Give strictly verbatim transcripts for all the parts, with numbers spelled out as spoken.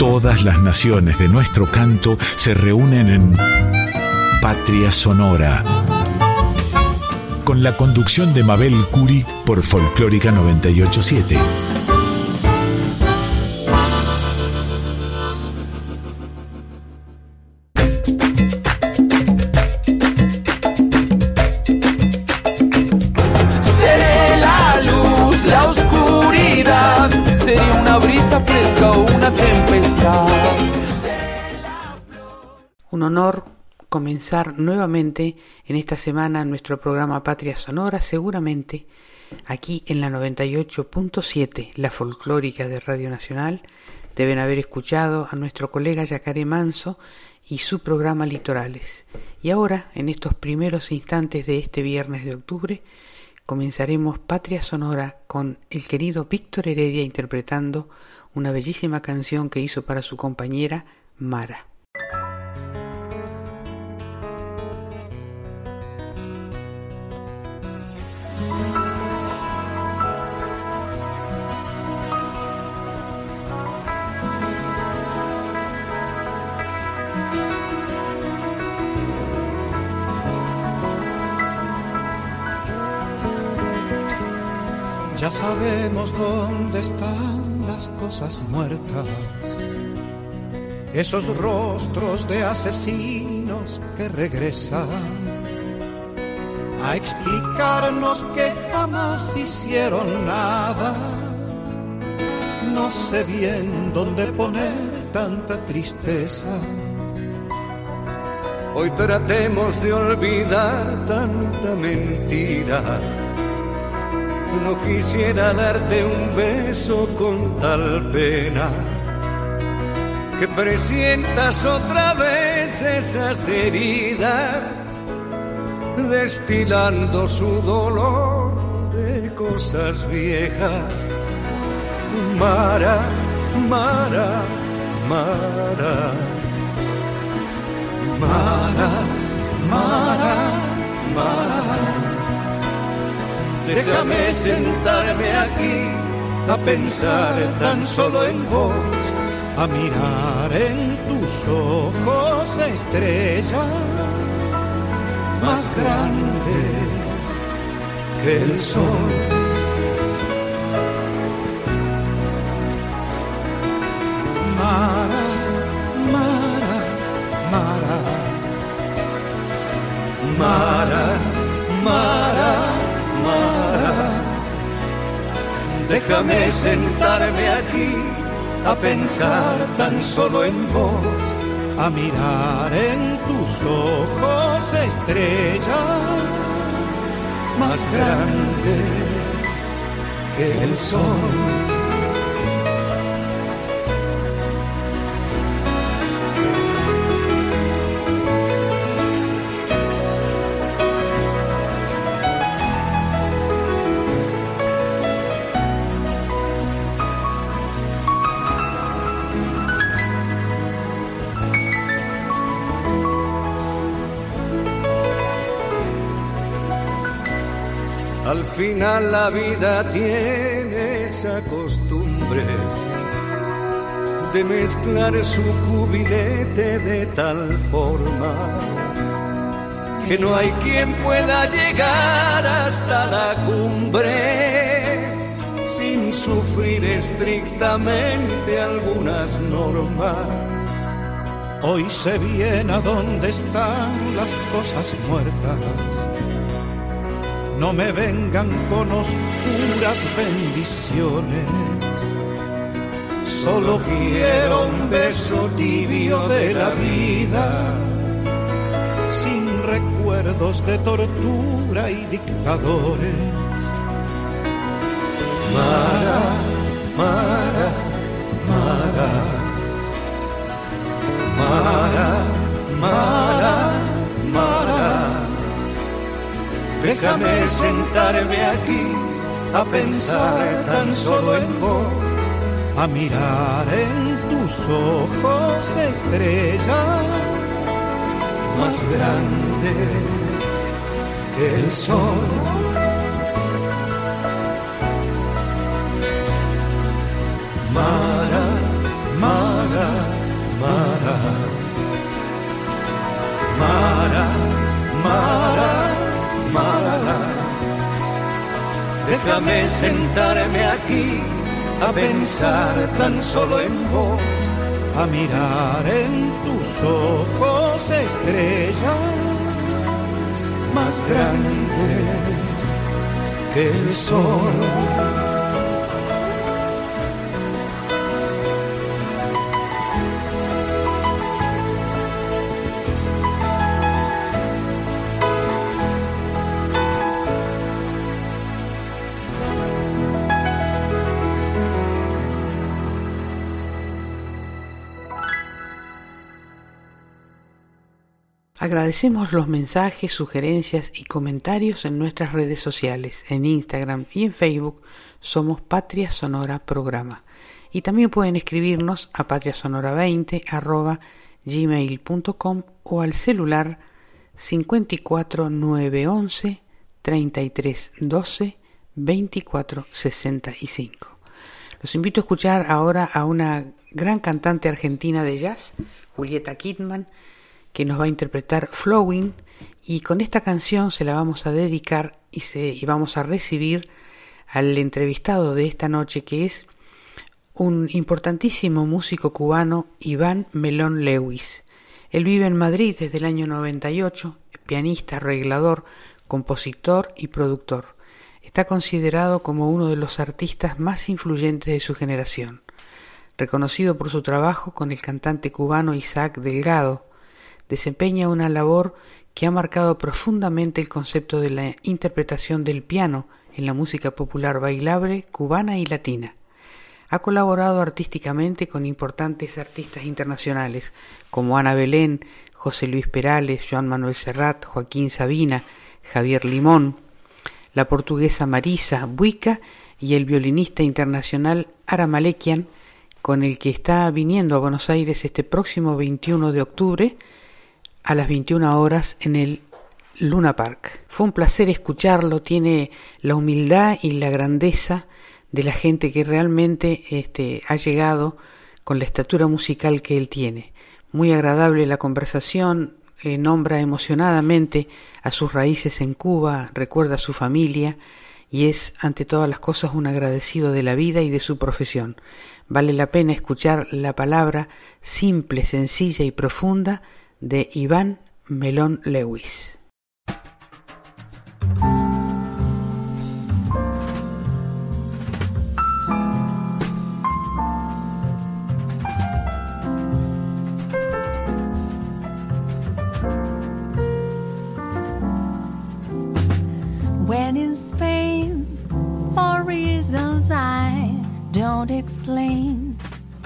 Todas las naciones de nuestro canto se reúnen en Patria Sonora, con la conducción de Mabel Curi por Folclórica noventa y ocho punto siete. Seré la luz, la oscuridad, seré una brisa fresca o una tempestad. Un honor comenzar nuevamente en esta semana nuestro programa Patria Sonora, seguramente aquí en la noventa y ocho punto siete, la folclórica de Radio Nacional. Deben haber escuchado a nuestro colega Yacaré Manso y su programa Litorales. Y ahora, en estos primeros instantes de este viernes de octubre, comenzaremos Patria Sonora con el querido Víctor Heredia interpretando una bellísima canción que hizo para su compañera Mara. Ya sabemos dónde están las cosas muertas, esos rostros de asesinos que regresan a explicarnos que jamás hicieron nada. No sé bien dónde poner tanta tristeza. Hoy tratemos de olvidar tanta mentira. No quisiera darte un beso con tal pena, que presientas otra vez esas heridas, destilando su dolor de cosas viejas. Mara, Mara, Mara, Mara, Mara, Mara. Déjame sentarme aquí a pensar tan solo en vos, a mirar en tus ojos estrellas más grandes que el sol. Mara, Mara, Mara, Mara, Mara, Mara. Déjame sentarme aquí a pensar tan solo en vos, a mirar en tus ojos estrellas más grandes que el sol. Al final la vida tiene esa costumbre de mezclar su cubilete de tal forma que no hay quien pueda llegar hasta la cumbre sin sufrir estrictamente algunas normas. Hoy sé bien a dónde están las cosas muertas. No me vengan con oscuras bendiciones. Solo quiero un beso tibio de la vida, sin recuerdos de tortura y dictadores. Mara, Mara, Mara, Mara, Mara, Mara. Déjame sentarme aquí a pensar tan solo en vos, a mirar en tus ojos estrellas más grandes que el sol. Mara, Mara, Mara, Mara, Mara, déjame sentarme aquí a pensar tan solo en vos, a mirar en tus ojos estrellas más grandes que el sol. Agradecemos los mensajes, sugerencias y comentarios en nuestras redes sociales, en Instagram y en Facebook somos Patria Sonora Programa. Y también pueden escribirnos a patriasonora veinte arroba gmail punto com o al celular cincuenta y cuatro nueve once treinta y tres doce veinticuatro sesenta y cinco. Los invito a escuchar ahora a una gran cantante argentina de jazz, Julieta Kidman, que nos va a interpretar Flowing, y con esta canción se la vamos a dedicar y, se, y vamos a recibir al entrevistado de esta noche, que es un importantísimo músico cubano, Iván Melón Lewis. Él vive en Madrid desde el año noventa y ocho, pianista, arreglador, compositor y productor. Está considerado como uno de los artistas más influyentes de su generación. Reconocido por su trabajo con el cantante cubano Isaac Delgado, desempeña una labor que ha marcado profundamente el concepto de la interpretación del piano en la música popular bailable cubana y latina. Ha colaborado artísticamente con importantes artistas internacionales como Ana Belén, José Luis Perales, Joan Manuel Serrat, Joaquín Sabina, Javier Limón, la portuguesa Marisa Buica y el violinista internacional Ara Malekian, con el que está viniendo a Buenos Aires este próximo veintiuno de octubre a las veintiuna horas en el Luna Park. Fue un placer escucharlo, tiene la humildad y la grandeza de la gente que realmente este, ha llegado con la estatura musical que él tiene. Muy agradable la conversación, eh, nombra emocionadamente a sus raíces en Cuba, recuerda a su familia y es ante todas las cosas un agradecido de la vida y de su profesión. Vale la pena escuchar la palabra simple, sencilla y profunda de Iván Melón Lewis. When in Spain, for reasons I don't explain,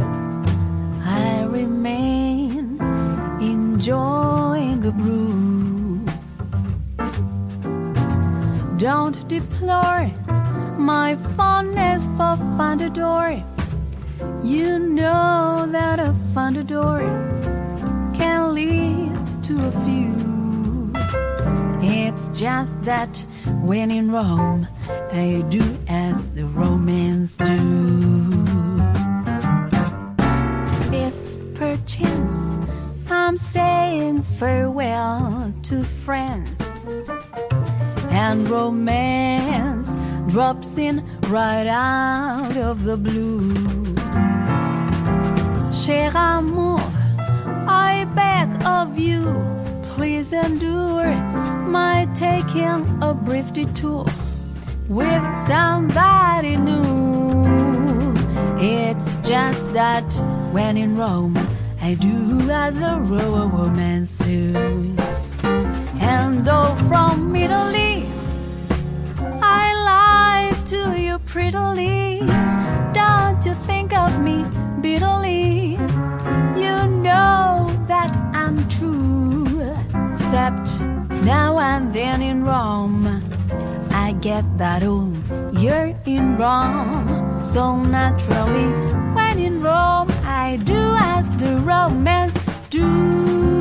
I remain enjoying a brew. Don't deplore my fondness for Fundador. You know that a Fundador can lead to a few. It's just that when in Rome, I do as the Romans do. If perchance I'm saying farewell to France, and romance drops in right out of the blue, cher amour, I beg of you, please endure my taking a brief detour with somebody new. It's just that when in Rome, I do as the Romans do. And though from Italy I lie to you prettily, don't you think of me bitterly. You know that I'm true, except now and then in Rome I get that, oh, you're in Rome. So naturally when in Rome I do as the Romans do.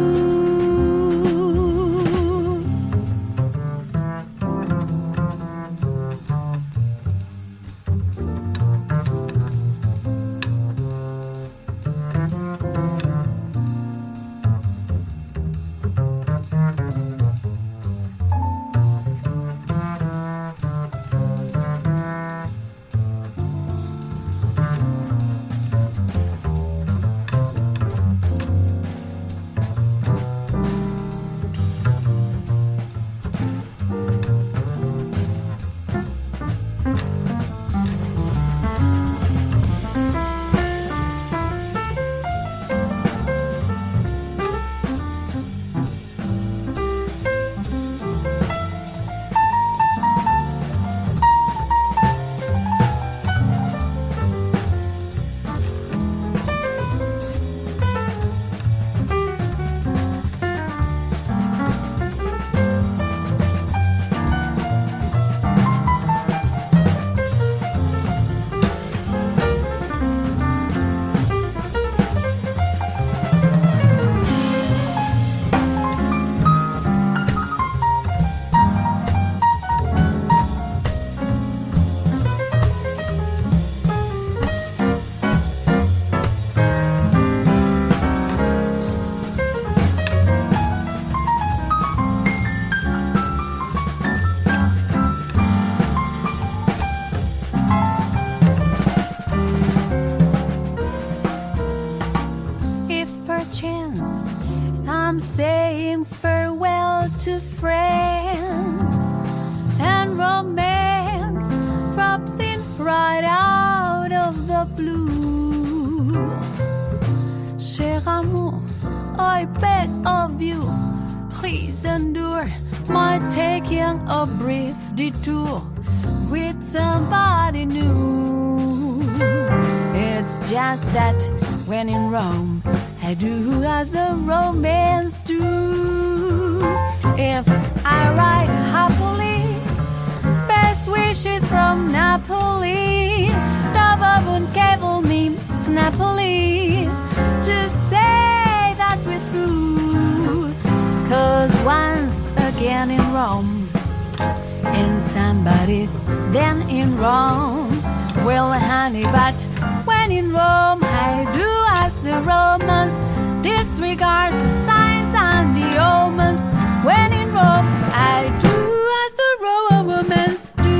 taking a brief detour with somebody new. It's just that when in Rome, I do as the Romans do. If I ride happily, best wishes from Napoli. Double moon cable me snappily to say that we're through. Cause once again in Rome, in somebody's then in Rome. Well, honey, but when in Rome, I do as the Romans, disregard the signs and the omens. When in Rome, I do as the Romans do.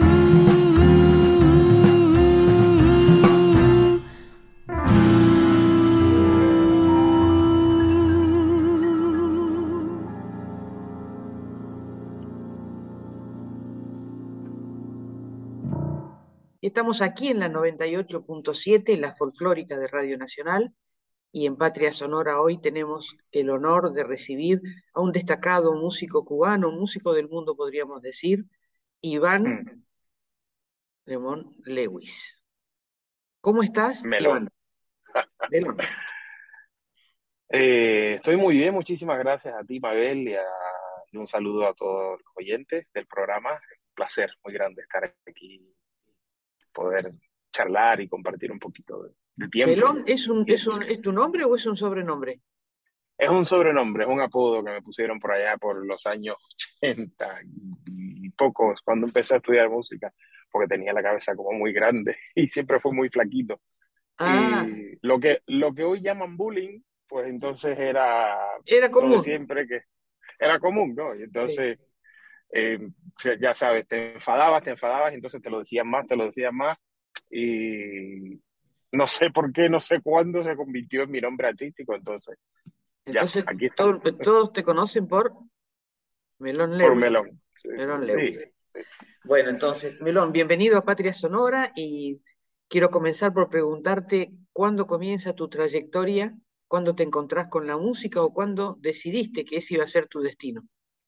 Estamos aquí en la noventa y ocho punto siete, la folclórica de Radio Nacional, y en Patria Sonora hoy tenemos el honor de recibir a un destacado músico cubano, músico del mundo podríamos decir, Iván mm. Lemón Lewis. ¿Cómo estás, Melón. Iván? Melón. Eh, estoy muy bien, muchísimas gracias a ti, Mabel, y, a, y un saludo a todos los oyentes del programa. Es un placer muy grande estar aquí, poder charlar y compartir un poquito de, de tiempo. ¿Melón es, un, es, un, es tu nombre o es un sobrenombre? Es un sobrenombre, es un apodo que me pusieron por allá por los años ochenta y pocos, cuando empecé a estudiar música, porque tenía la cabeza como muy grande y siempre fue muy flaquito. Ah. Y lo que, lo que hoy llaman bullying, pues entonces era... Era común. Siempre que era común, ¿no? Y entonces... Sí. Eh, ya sabes, te enfadabas, te enfadabas, y entonces te lo decían más, te lo decían más, y no sé por qué, no sé cuándo se convirtió en mi nombre artístico, entonces, entonces ya, aquí está. Todo, todos te conocen por Melón Lewis. Por Melón. Sí, Melón Lewis. Sí, sí. Bueno, entonces, Melón, bienvenido a Patria Sonora, y quiero comenzar por preguntarte cuándo comienza tu trayectoria, cuándo te encontrás con la música o cuándo decidiste que ese iba a ser tu destino.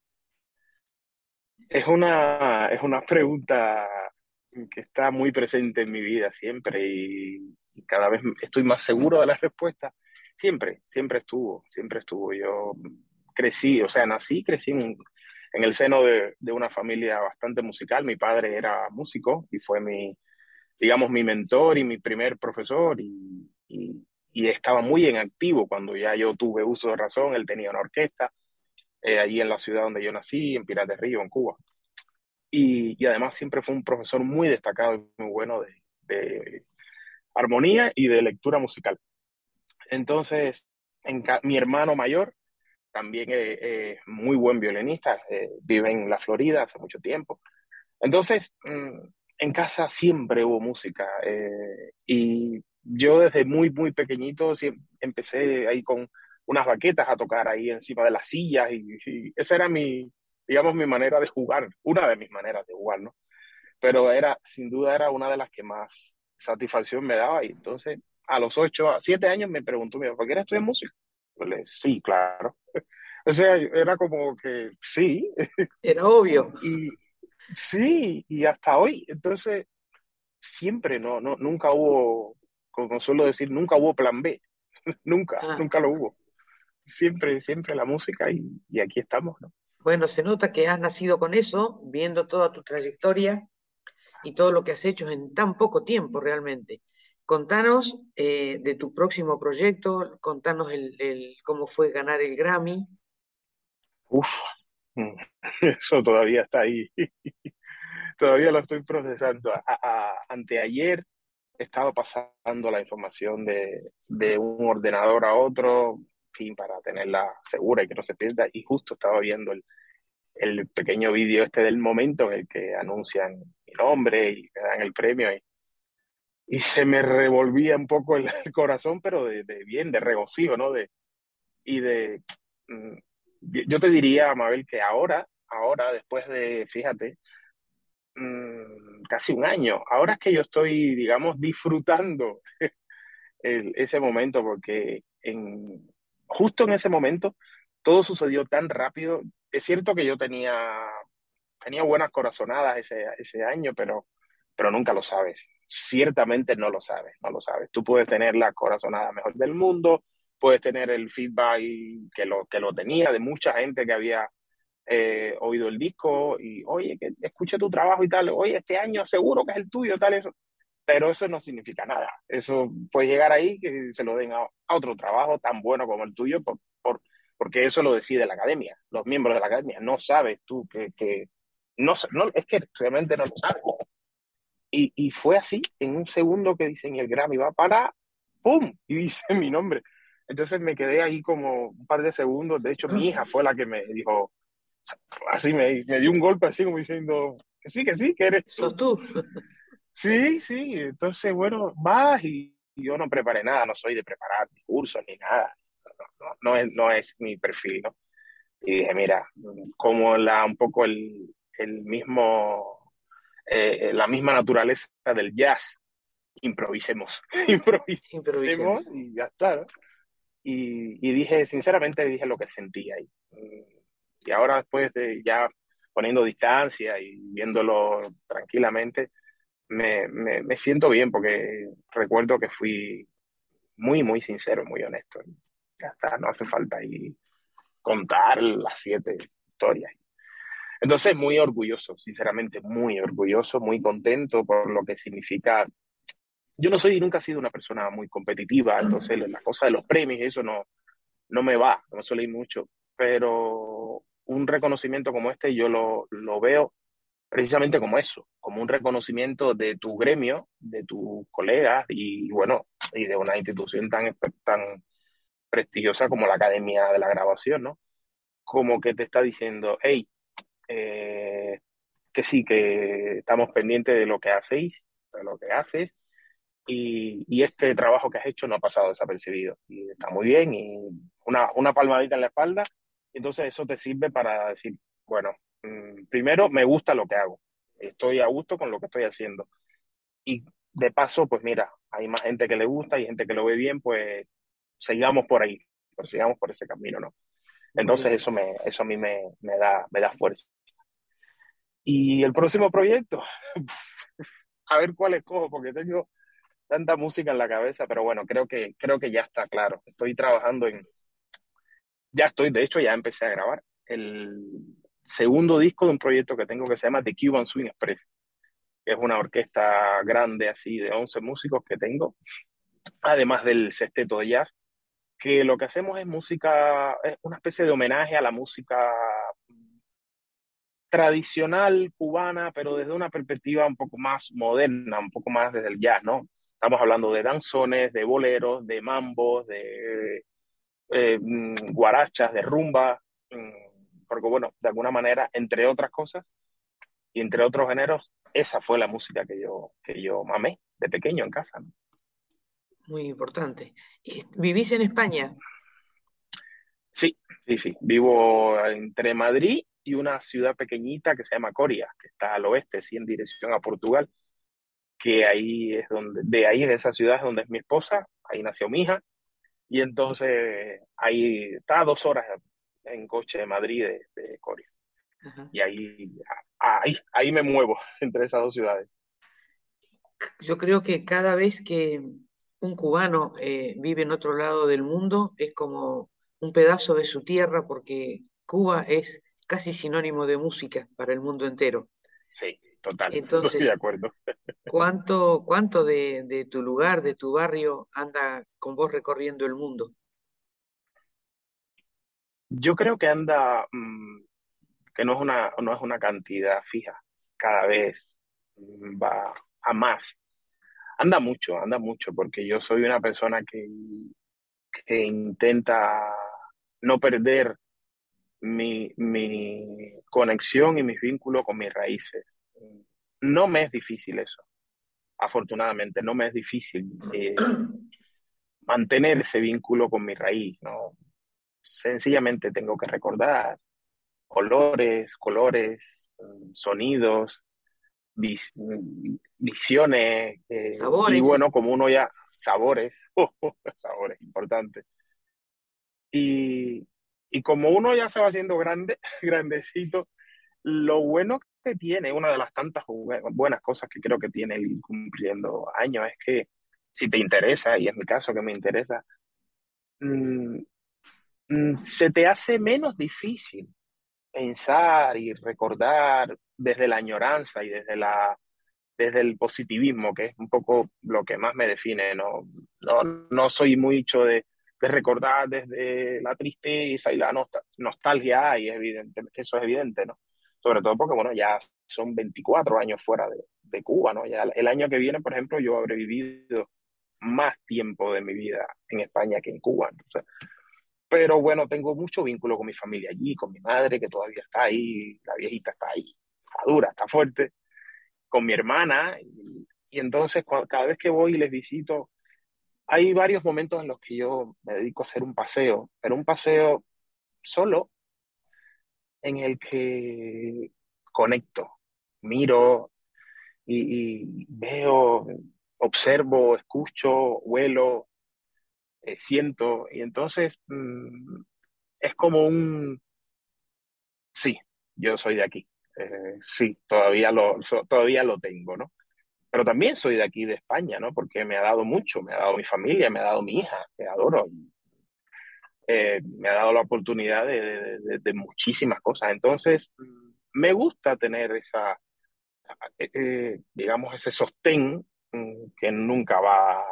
Es una, es una pregunta que está muy presente en mi vida siempre y, y cada vez estoy más seguro de la respuesta. Siempre, siempre estuvo, siempre estuvo. Yo crecí, o sea, nací, crecí en, en el seno de, de una familia bastante musical. Mi padre era músico y fue mi, digamos, mi mentor y mi primer profesor y, y, y estaba muy en activo cuando ya yo tuve uso de razón. Él tenía una orquesta. Eh, allí en la ciudad donde yo nací, en Pinar del Río, en Cuba. Y, y además siempre fue un profesor muy destacado y muy bueno de, de armonía y de lectura musical. Entonces, en mi hermano mayor también es eh, muy buen violinista, eh, vive en la Florida hace mucho tiempo. Entonces, mmm, en casa siempre hubo música eh, y yo desde muy, muy pequeñito siempre empecé ahí con unas baquetas a tocar ahí encima de las sillas y, y esa era mi, digamos, mi manera de jugar, una de mis maneras de jugar, ¿no? Pero era, sin duda, era una de las que más satisfacción me daba y entonces a los ocho, a siete años me preguntó, ¿por qué quieres estudiar música? Yo le dije, sí, claro. O sea, era como que sí. Era obvio. Y sí, y hasta hoy, entonces siempre, no, no, nunca hubo, como suelo decir, nunca hubo plan B. Nunca, ah. nunca lo hubo. Siempre, siempre la música y, y aquí estamos, ¿no? Bueno, se nota que has nacido con eso, viendo toda tu trayectoria y todo lo que has hecho en tan poco tiempo realmente. Contanos eh, de tu próximo proyecto, contanos el, el, cómo fue ganar el Grammy. Uf, eso todavía está ahí. Todavía lo estoy procesando. A, a, anteayer estaba pasando la información de, de un ordenador a otro, fin, para tenerla segura y que no se pierda, y justo estaba viendo el, el pequeño vídeo este del momento en el que anuncian mi nombre y me dan el premio, y, y se me revolvía un poco el, el corazón, pero de, de bien, de regocijo, ¿no? De, y de... Mm, yo te diría, Mabel, que ahora, ahora, después de, fíjate, mmm, casi un año, ahora es que yo estoy, digamos, disfrutando el, ese momento, porque en, justo en ese momento todo sucedió tan rápido. Es cierto que yo tenía tenía buenas corazonadas ese, ese año, pero, pero nunca lo sabes. Ciertamente no lo sabes, no lo sabes. Tú puedes tener la corazonada mejor del mundo, puedes tener el feedback que lo, que lo tenía de mucha gente que había eh, oído el disco y, oye, que escuché tu trabajo y tal, oye, este año seguro que es el tuyo, tal, eso. Pero eso no significa nada. Eso puede llegar ahí que se lo den a, a otro trabajo tan bueno como el tuyo, por, por, porque eso lo decide la academia, los miembros de la academia. No sabes tú que, que no, no, es que realmente no lo sabes. Y, y fue así, en un segundo que dicen el Grammy va para, ¡pum! Y dice mi nombre. Entonces me quedé ahí como un par de segundos. De hecho, mi hija fue la que me dijo, así me, me dio un golpe así como diciendo, que sí, que sí, que eres tú. ¿Sos tú? Sí, sí. Entonces, bueno, vas y, y yo no preparé nada, no soy de preparar discursos ni nada. No, no, no es, no es mi perfil, ¿no? Y dije, mira, como la, un poco el, el mismo, eh, la misma naturaleza del jazz, improvisemos, improvisemos, Improvisemos. y ya está, ¿no? Y, y dije, sinceramente, dije lo que sentía ahí. Y ahora después de ya poniendo distancia y viéndolo tranquilamente, me, me, me siento bien porque recuerdo que fui muy, muy sincero, muy honesto. Ya está, no hace falta ahí contar las siete historias. Entonces, muy orgulloso, sinceramente, muy orgulloso, muy contento por lo que significa. Yo no soy, nunca he sido una persona muy competitiva, entonces la cosa de los premios, eso no, no me va, no me suele ir mucho, pero un reconocimiento como este yo lo, lo veo precisamente como eso, como un reconocimiento de tu gremio, de tus colegas y bueno, y de una institución tan, tan prestigiosa como la Academia de la Grabación, ¿no? Como que te está diciendo, hey, eh, que sí, que estamos pendientes de lo que hacéis, de lo que haces, y, y este trabajo que has hecho no ha pasado desapercibido. Y está muy bien, y una, una palmadita en la espalda, entonces eso te sirve para decir, bueno, mmm, primero me gusta lo que hago, estoy a gusto con lo que estoy haciendo. Y de paso, pues mira, hay más gente que le gusta y gente que lo ve bien, pues sigamos por ahí, pues sigamos por ese camino, ¿no? Entonces eso, me, eso a mí me, me, da, me da fuerza. Y el próximo proyecto, a ver cuál escojo, porque tengo tanta música en la cabeza, pero bueno, creo que, creo que ya está claro. Estoy trabajando en, ya estoy, de hecho ya empecé a grabar el segundo disco de un proyecto que tengo que se llama The Cuban Swing Express, que es una orquesta grande así de once músicos que tengo, además del sexteto de jazz, que lo que hacemos es música, es una especie de homenaje a la música tradicional cubana, pero desde una perspectiva un poco más moderna, un poco más desde el jazz, ¿no? Estamos hablando de danzones, de boleros, de mambos, de eh, guarachas, de rumba, porque bueno, de alguna manera, entre otras cosas y entre otros géneros, esa fue la música que yo, que yo mamé de pequeño en casa, ¿no? Muy importante. ¿Vivís en España? Sí, sí, sí. Vivo entre Madrid y una ciudad pequeñita que se llama Coria, que está al oeste, sí, en dirección a Portugal, que ahí es donde, de ahí, de esa ciudad es donde es mi esposa, ahí nació mi hija, y entonces ahí está a dos horas en coche de Madrid de, de Coria. Ajá. Y ahí, ahí, ahí me muevo entre esas dos ciudades. Yo creo que cada vez que un cubano eh, vive en otro lado del mundo es como un pedazo de su tierra, porque Cuba es casi sinónimo de música para el mundo entero. Sí, total. Entonces, estoy de acuerdo. ¿cuánto, cuánto de, de tu lugar, de tu barrio, anda con vos recorriendo el mundo? Yo creo que anda, mmm, que no es una, no es una cantidad fija. Cada vez va a más. Anda mucho, anda mucho, porque yo soy una persona que, que intenta no perder mi, mi conexión y mis vínculos con mis raíces. No me es difícil eso, afortunadamente, no me es difícil eh, mantener ese vínculo con mi raíz, ¿no? Sencillamente tengo que recordar olores, colores, sonidos, vis, visiones, eh, sabores. Y bueno, como uno ya, sabores, sabores importantes. Y, y como uno ya se va haciendo grande, grandecito, lo bueno que tiene, una de las tantas bu- buenas cosas que creo que tiene el ir cumpliendo años es que si te interesa, y es mi caso que me interesa, mm, mm, se te hace menos difícil pensar y recordar desde la añoranza y desde la, desde el positivismo, que es un poco lo que más me define. No, no, no soy mucho de, de recordar desde la tristeza y la nostal- nostalgia, y es evidente, eso es evidente, ¿no? Sobre todo porque, bueno, ya son veinticuatro años fuera de, de Cuba, ¿no? Ya el año que viene, por ejemplo, yo habré vivido más tiempo de mi vida en España que en Cuba. Entonces, pero bueno, tengo mucho vínculo con mi familia allí, con mi madre, que todavía está ahí, la viejita está ahí, está dura, está fuerte, con mi hermana, y, y entonces cua- cada vez que voy y les visito, hay varios momentos en los que yo me dedico a hacer un paseo, pero un paseo solo en el que conecto, miro y, y veo, observo, escucho, huelo, eh, siento, y entonces mm, es como un sí, yo soy de aquí. Eh, sí, todavía lo, so- todavía lo tengo, ¿no? Pero también soy de aquí, de España, ¿no? Porque me ha dado mucho, me ha dado mi familia, me ha dado mi hija, que adoro, eh, me ha dado la oportunidad de, de- de- de muchísimas cosas. Entonces, mm, me gusta tener esa, eh, eh, digamos, ese sostén mm, que nunca va,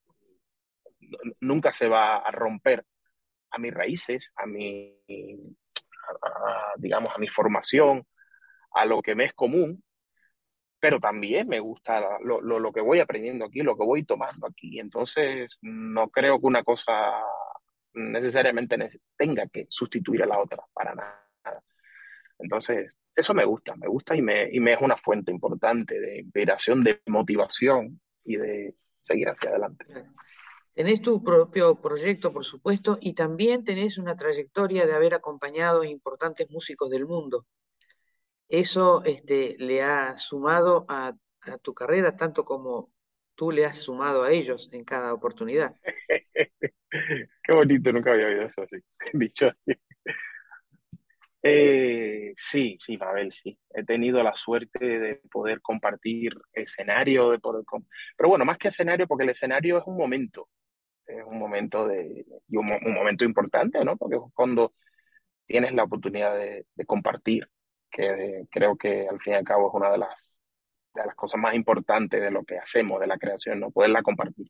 nunca se va a romper a mis raíces, a mi, a- a- digamos, a mi formación, a lo que me es común, pero también me gusta lo, lo, lo que voy aprendiendo aquí, lo que voy tomando aquí. Entonces, no creo que una cosa necesariamente nece- tenga que sustituir a la otra, para nada. Entonces, eso me gusta, me gusta y me, y me es una fuente importante de inspiración, de motivación y de seguir hacia adelante. Tenés tu propio proyecto, por supuesto, y también tenés una trayectoria de haber acompañado a importantes músicos del mundo. Eso este, le ha sumado a, a tu carrera, tanto como tú le has sumado a ellos en cada oportunidad. Qué bonito, nunca había oído eso así, dicho así. Eh, sí, sí, Mabel, sí. He tenido la suerte de poder compartir escenario, de poder com- pero bueno, más que escenario, porque el escenario es un momento, es un momento de, y un, mo- un momento importante, ¿no? Porque es cuando tienes la oportunidad de, de compartir, que eh, creo que al fin y al cabo es una de las, de las cosas más importantes de lo que hacemos, de la creación, ¿no? Poderla compartir.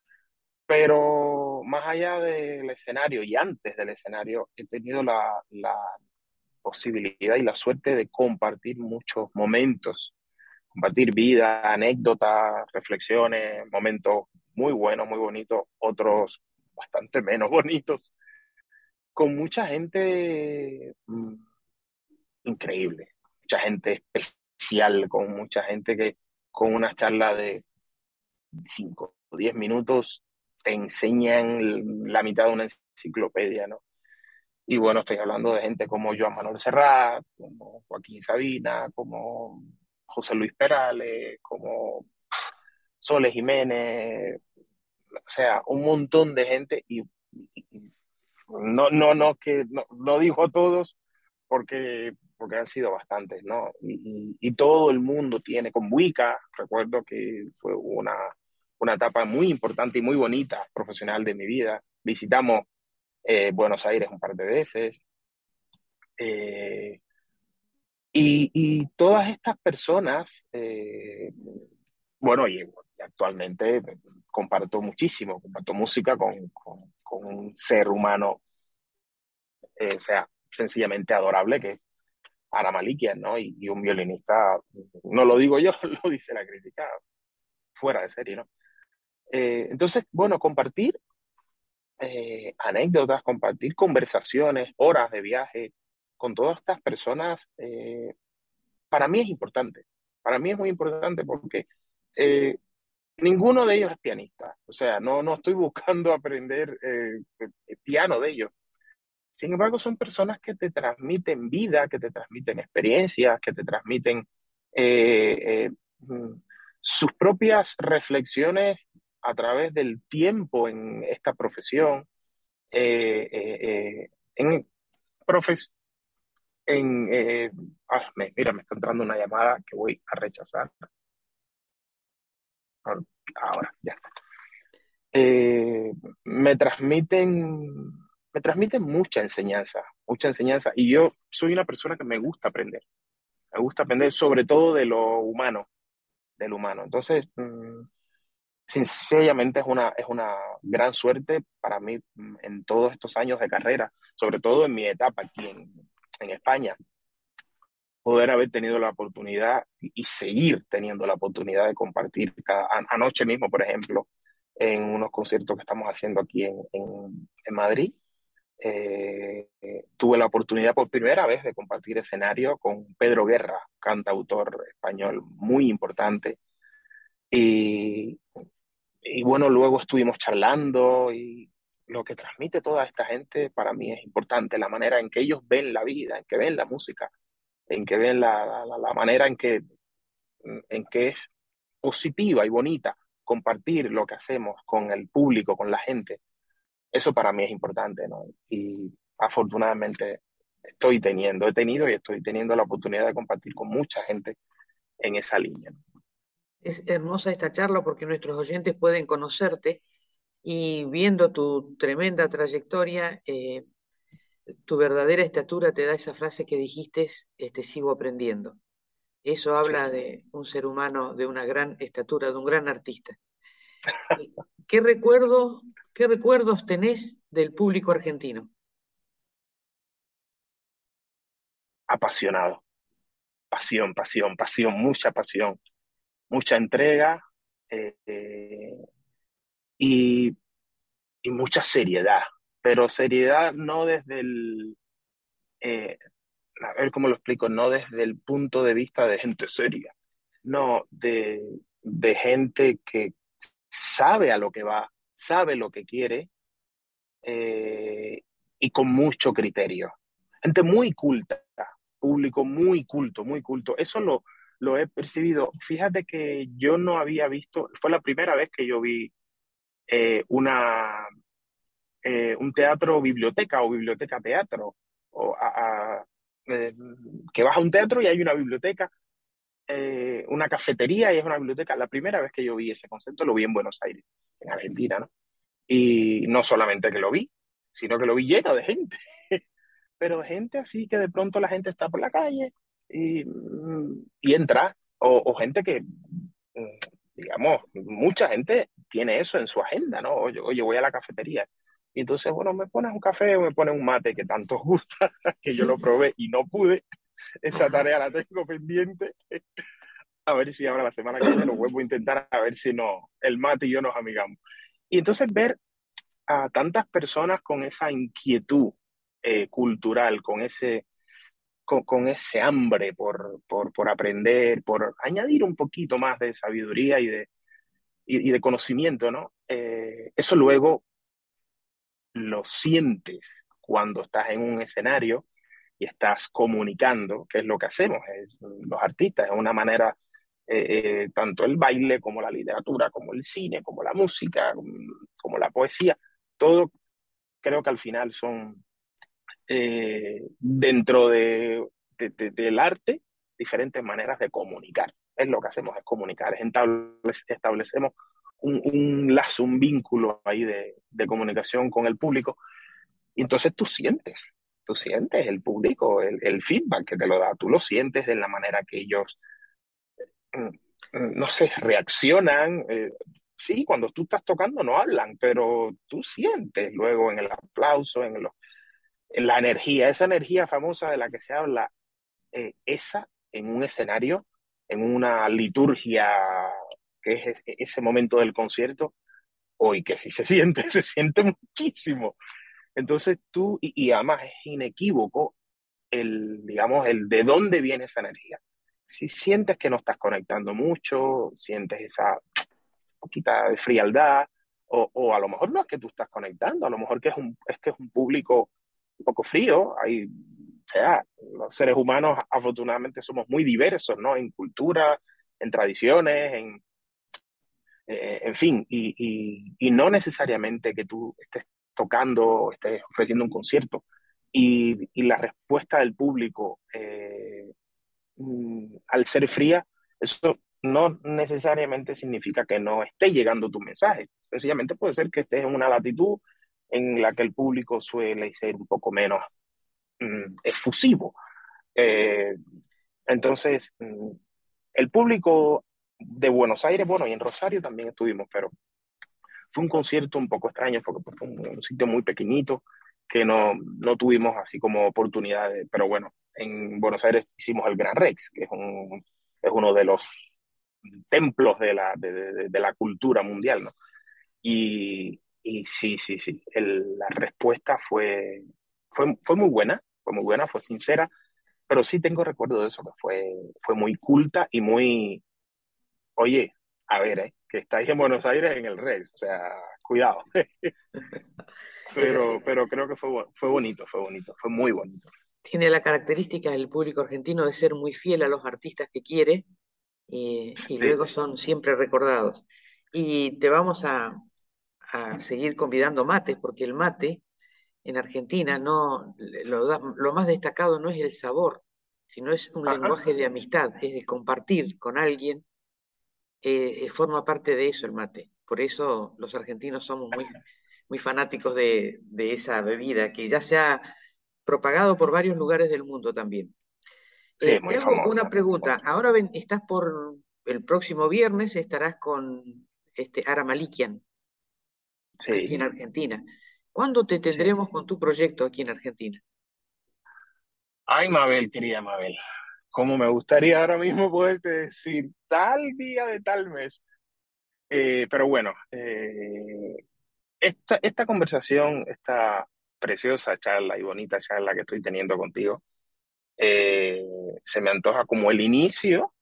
Pero más allá del escenario y antes del escenario, he tenido la, la posibilidad y la suerte de compartir muchos momentos, compartir vida, anécdotas, reflexiones, momentos muy buenos, muy bonitos, otros bastante menos bonitos, con mucha gente mm, increíble, mucha gente especial, con mucha gente que con una charla de cinco o diez minutos te enseñan la mitad de una enciclopedia, ¿no? Y bueno, estoy hablando de gente como Joan Manuel Serrat, como Joaquín Sabina, como José Luis Perales, como Sole Jiménez, o sea, un montón de gente y, y- y no, no, no, que no, no digo todos porque, porque han sido bastantes, ¿no? Y, y- y todo el mundo tiene, con Wicca, recuerdo que fue una, una etapa muy importante y muy bonita profesional de mi vida. Visitamos eh, Buenos Aires un par de veces. eh, y, y todas estas personas, eh, bueno, y actualmente comparto muchísimo, comparto música con, con, con un ser humano, eh, o sea, sencillamente adorable, que es Ara Malikian, ¿no? Y, y un violinista, no lo digo yo, lo dice la crítica, fuera de serie, ¿no? Eh, entonces, bueno, compartir eh, anécdotas, compartir conversaciones, horas de viaje con todas estas personas, eh, para mí es importante. Para mí es muy importante porque eh, ninguno de ellos es pianista. O sea, no, no estoy buscando aprender eh, eh, piano de ellos. Sin embargo, son personas que te transmiten vida, que te transmiten experiencias, que te transmiten eh, eh, mm, sus propias reflexiones a través del tiempo en esta profesión. Eh, eh, eh, en profes En, eh, ah, me- mira, me está entrando una llamada que voy a rechazar. Ahora, ya. Eh, me transmiten, me transmiten mucha enseñanza, mucha enseñanza. Y yo soy una persona que me gusta aprender. Me gusta aprender sobre todo de lo humano, del humano. Entonces, mm, sinceramente es una, es una gran suerte para mí mm, en todos estos años de carrera, sobre todo en mi etapa aquí en, en España, poder haber tenido la oportunidad y, y seguir teniendo la oportunidad de compartir cada, a- anoche mismo, por ejemplo, en unos conciertos que estamos haciendo aquí en, en, en Madrid. Eh, eh, tuve la oportunidad por primera vez de compartir escenario con Pedro Guerra, cantautor español muy importante. Y, y bueno, luego estuvimos charlando y lo que transmite toda esta gente para mí es importante, la manera en que ellos ven la vida, en que ven la música, en que ven la, la, la manera en que, en que es positiva y bonita compartir lo que hacemos con el público, con la gente. Eso para mí es importante, ¿no? Y afortunadamente estoy teniendo, he tenido y estoy teniendo la oportunidad de compartir con mucha gente en esa línea, ¿no? Es hermosa esta charla porque nuestros oyentes pueden conocerte y viendo tu tremenda trayectoria, eh, tu verdadera estatura te da esa frase que dijiste, este, sigo aprendiendo. Eso Sí. habla de un ser humano de una gran estatura, de un gran artista. ¿Qué recuerdo, qué recuerdos tenés del público argentino? Apasionado, pasión, pasión, pasión, mucha pasión, mucha entrega eh, eh, y, y mucha seriedad, pero seriedad no desde el, eh, a ver cómo lo explico, no desde el punto de vista de gente seria, no, de, de gente que sabe a lo que va, sabe lo que quiere eh, y con mucho criterio. Gente muy culta, público muy culto, muy culto. Eso lo, lo he percibido. Fíjate que yo no había visto, fue la primera vez que yo vi eh, una, eh, un teatro biblioteca o biblioteca teatro, o a, a, eh, que vas a un teatro y hay una biblioteca, eh, una cafetería y es una biblioteca. La primera vez que yo vi ese concepto lo vi en Buenos Aires, en Argentina, ¿no? Y no solamente que lo vi, sino que lo vi lleno de gente. Pero gente así que de pronto la gente está por la calle y, mm, y entra, o, o gente que, mm, digamos, mucha gente tiene eso en su agenda, ¿no? Oye, oye, voy a la cafetería. Y entonces, bueno, me pones un café o me pones un mate que tanto os gusta, que yo lo probé y no pude. Esa tarea la tengo pendiente. A ver si ahora la semana que viene lo vuelvo a intentar, a ver si no, el mate y yo nos amigamos. Y entonces ver a tantas personas con esa inquietud eh, cultural, con ese, con, con ese hambre por, por, por, aprender, por añadir un poquito más de sabiduría y de, y, y de conocimiento, ¿no? Eh, eso luego lo sientes cuando estás en un escenario y estás comunicando, que es lo que hacemos es, los artistas, es una manera, eh, eh, tanto el baile como la literatura, como el cine, como la música, como, como la poesía, todo creo que al final son eh, dentro de, de, de, del arte diferentes maneras de comunicar. Es lo que hacemos, es comunicar, es establecemos un, un, lazo, un vínculo ahí de, de comunicación con el público y entonces tú sientes, tú sientes el público, el, el feedback que te lo da, tú lo sientes de la manera que ellos, no sé, reaccionan. Eh, sí, cuando tú estás tocando no hablan, pero tú sientes luego en el aplauso, en, los, en la energía, esa energía famosa de la que se habla, eh, esa en un escenario, en una liturgia que es ese momento del concierto, hoy que sí se siente, se siente muchísimo. Entonces tú, y, y además es inequívoco el, digamos, el de dónde viene esa energía. Si sientes que no estás conectando mucho, sientes esa poquita de frialdad, o, o a lo mejor no es que tú estás conectando, a lo mejor que es, un, es que es un público un poco frío, hay, o sea, los seres humanos afortunadamente somos muy diversos, ¿no? En cultura, en tradiciones, en, eh, en fin, y, y, y no necesariamente que tú estés tocando, estés ofreciendo un concierto, y, y la respuesta del público, eh, mm, al ser fría, eso no necesariamente significa que no esté llegando tu mensaje. Sencillamente puede ser que estés en una latitud en la que el público suele ser un poco menos mm, efusivo. Eh, entonces, mm, el público de Buenos Aires, bueno, y en Rosario también estuvimos, pero fue un concierto un poco extraño, porque fue un, un sitio muy pequeñito que no, no tuvimos así como oportunidades, pero bueno, en Buenos Aires hicimos el Gran Rex, que es, un, es uno de los templos de la, de, de, de la cultura mundial, ¿no? Y, y sí, sí, sí, el, la respuesta fue, fue, fue muy buena, fue muy buena, fue sincera, pero sí tengo recuerdo de eso, que fue, fue muy culta y muy, oye, a ver, ¿eh? Que estáis en Buenos Aires en el Rex, o sea, cuidado. Es así. pero, pero creo que fue, fue bonito, fue bonito, fue muy bonito. Tiene la característica del público argentino de ser muy fiel a los artistas que quiere y, y Sí. luego son siempre recordados. Y te vamos a, a seguir convidando mates, porque el mate en Argentina no, lo, da- lo más destacado no es el sabor, sino es un Ajá. lenguaje de amistad, es de compartir con alguien, eh, eh, forma parte de eso el mate. Por eso los argentinos somos muy, muy fanáticos de, de esa bebida, que ya se ha propagado por varios lugares del mundo también. Sí, Eh, muy te hago famosa, una muy pregunta. famosa. Ahora ven, estás por el próximo viernes, estarás con este Ara Malikian aquí en Sí, Argentina. ¿Cuándo te sí. tendremos con tu proyecto aquí en Argentina? Ay, Mabel, querida Mabel, cómo me gustaría ahora mismo poderte decir tal día de tal mes. Eh, pero bueno, eh, esta, esta conversación, esta preciosa charla y bonita charla que estoy teniendo contigo, eh, se me antoja como el inicio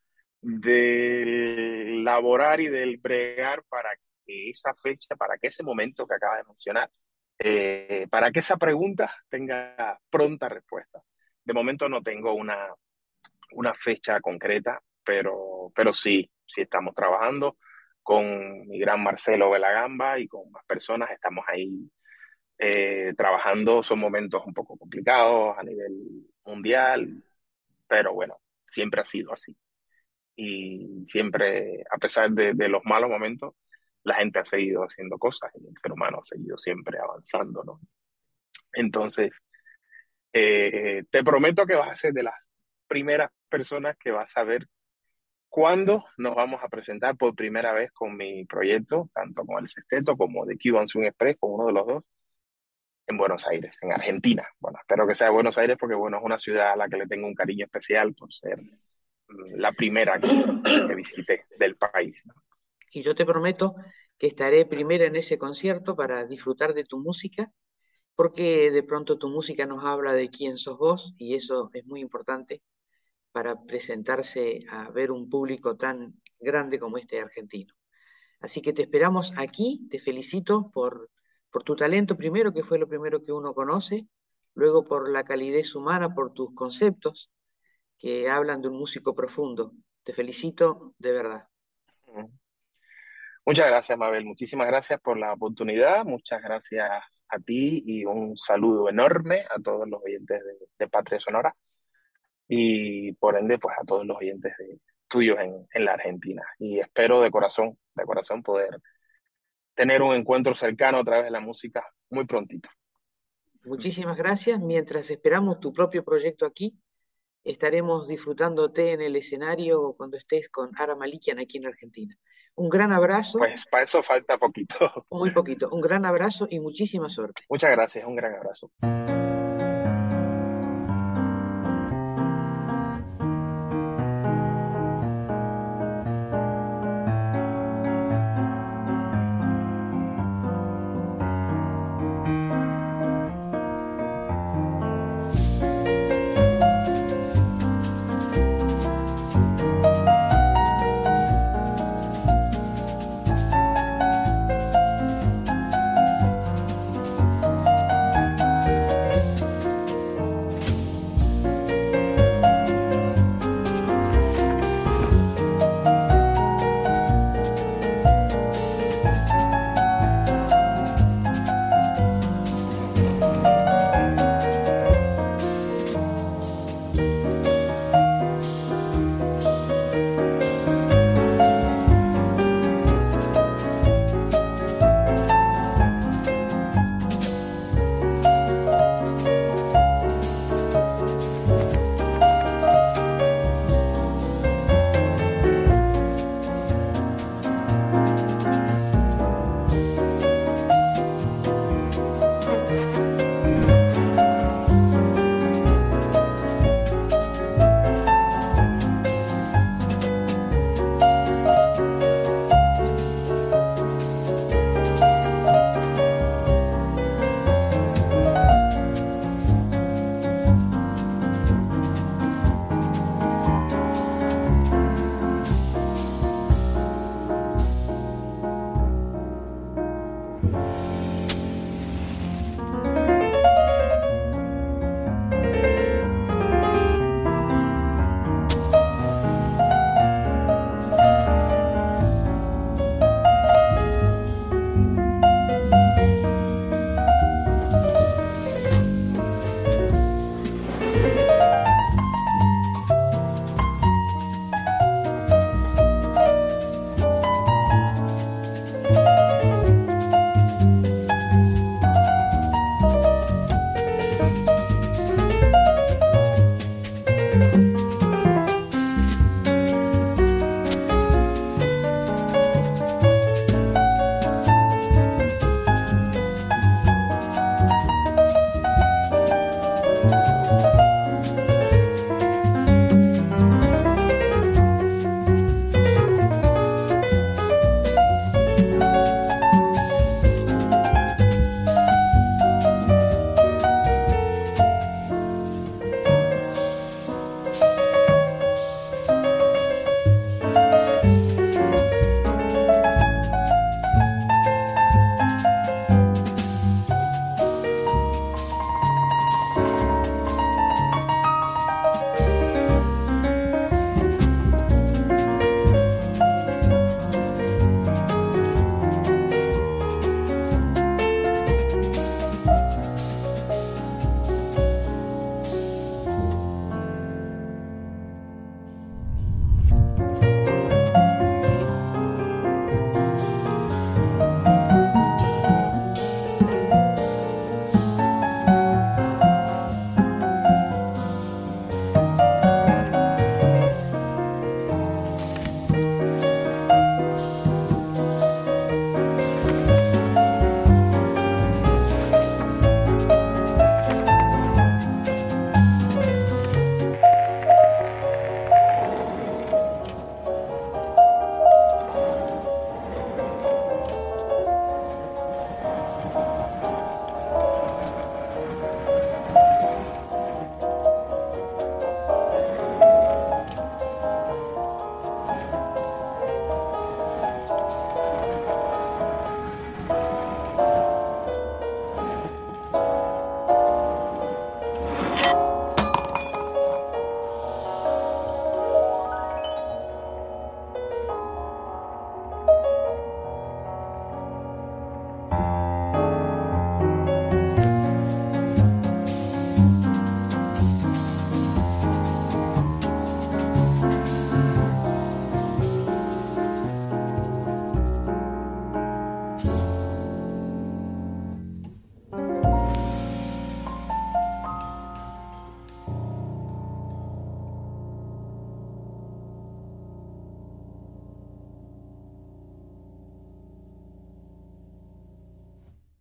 del laborar y del bregar para que esa fecha, para que ese momento que acabas de mencionar, eh, para que esa pregunta tenga pronta respuesta. De momento no tengo una, una fecha concreta, pero, pero sí, sí estamos trabajando con mi gran Marcelo Belagamba y con más personas, estamos ahí eh, trabajando. Son momentos un poco complicados a nivel mundial, pero bueno, siempre ha sido así. Y siempre, a pesar de, de los malos momentos, la gente ha seguido haciendo cosas y el ser humano ha seguido siempre avanzando, ¿no? Entonces, eh, te prometo que vas a ser de las primeras personas que vas a ver cuándo nos vamos a presentar por primera vez con mi proyecto, tanto con el Sexteto como de Cuban Swing Express, con uno de los dos, en Buenos Aires, en Argentina. Bueno, espero que sea Buenos Aires porque, bueno, es una ciudad a la que le tengo un cariño especial por ser mm, la primera que, que visité del país, ¿no? Y yo te prometo que estaré primero en ese concierto para disfrutar de tu música, porque de pronto tu música nos habla de quién sos vos y eso es muy importante para presentarse a ver un público tan grande como este argentino. Así que te esperamos aquí, te felicito por, por tu talento primero, que fue lo primero que uno conoce, luego por la calidez humana, por tus conceptos, que hablan de un músico profundo. Te felicito de verdad. Muchas gracias, Mabel. Muchísimas gracias por la oportunidad. Muchas gracias a ti y un saludo enorme a todos los oyentes de, de Patria Sonora y por ende, pues a todos los oyentes de, tuyos en, en la Argentina. Y espero de corazón, de corazón poder tener un encuentro cercano a través de la música muy prontito. Muchísimas gracias. Mientras esperamos tu propio proyecto aquí, estaremos disfrutándote en el escenario cuando estés con Ara Malikian aquí en Argentina. Un gran abrazo. Pues para eso falta poquito. Muy poquito. Un gran abrazo y muchísima suerte. Muchas gracias. Un gran abrazo.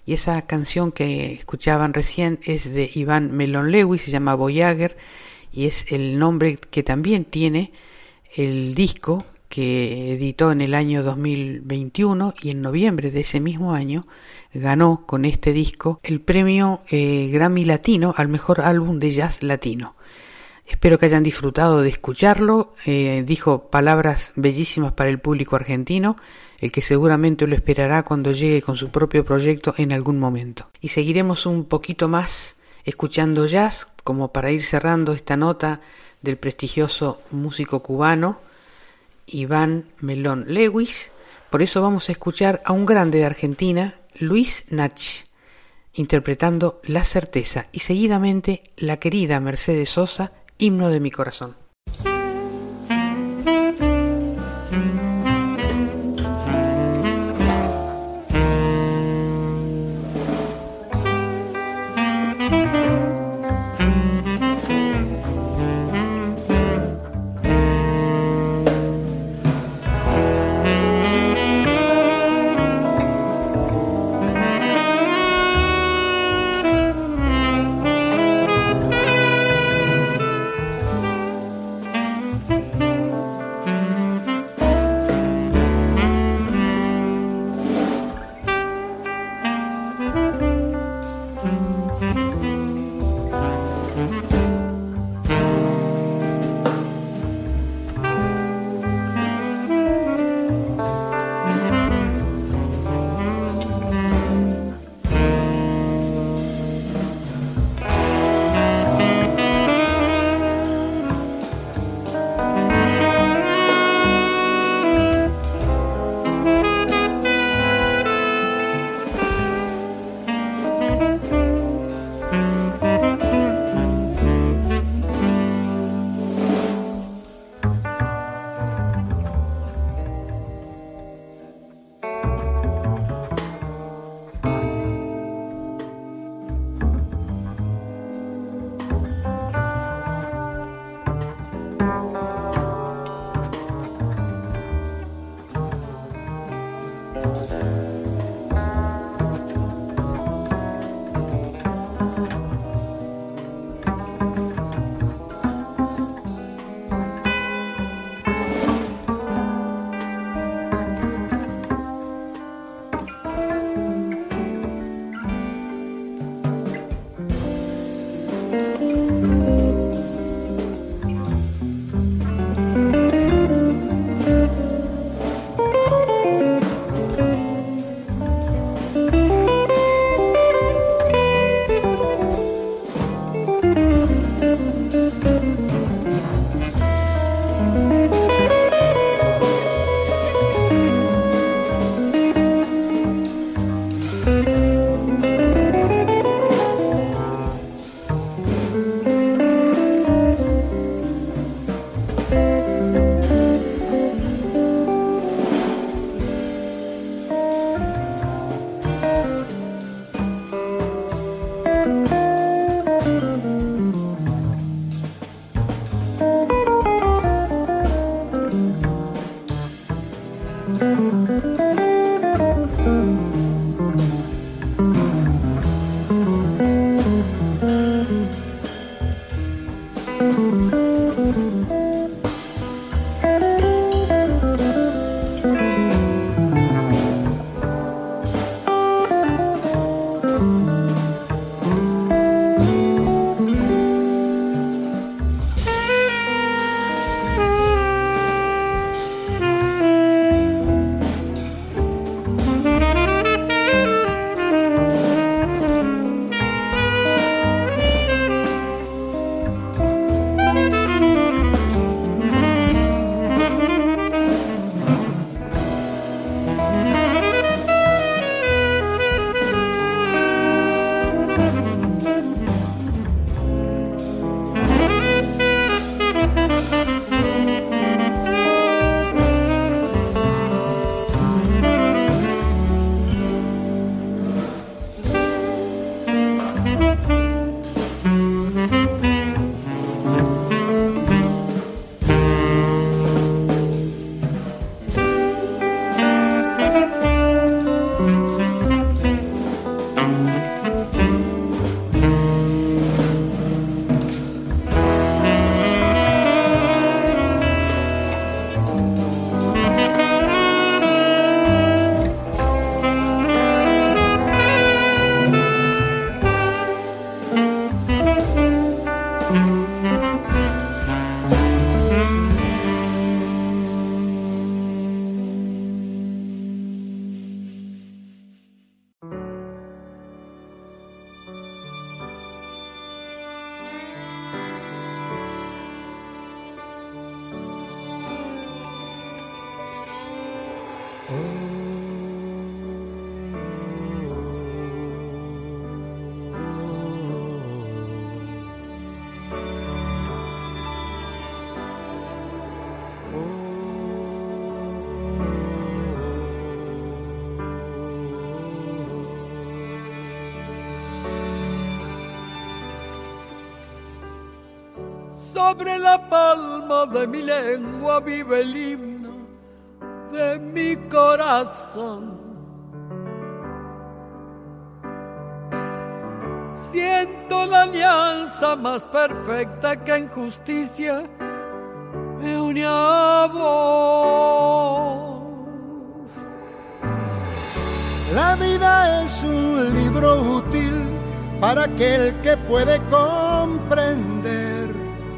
Y esa canción que escuchaban recién es de Ivan Melón Lewis, se llama Voyager, y es el nombre que también tiene el disco que editó en el año dos mil veintiuno, y en noviembre de ese mismo año ganó con este disco el premio eh, Grammy Latino al mejor álbum de jazz latino. Espero que hayan disfrutado de escucharlo. Eh, dijo palabras bellísimas para el público argentino, el que seguramente lo esperará cuando llegue con su propio proyecto en algún momento. Y seguiremos un poquito más escuchando jazz, como para ir cerrando esta nota del prestigioso músico cubano Ivan Melón Lewis. Por eso vamos a escuchar a un grande de Argentina, Luis Nach, interpretando La Certeza, y seguidamente la querida Mercedes Sosa, Himno de mi corazón. sobre la palma de mi lengua vive el himno de mi corazón. Siento la alianza más perfecta que en justicia me une a vos. La vida es un libro útil para aquel que puede comprender.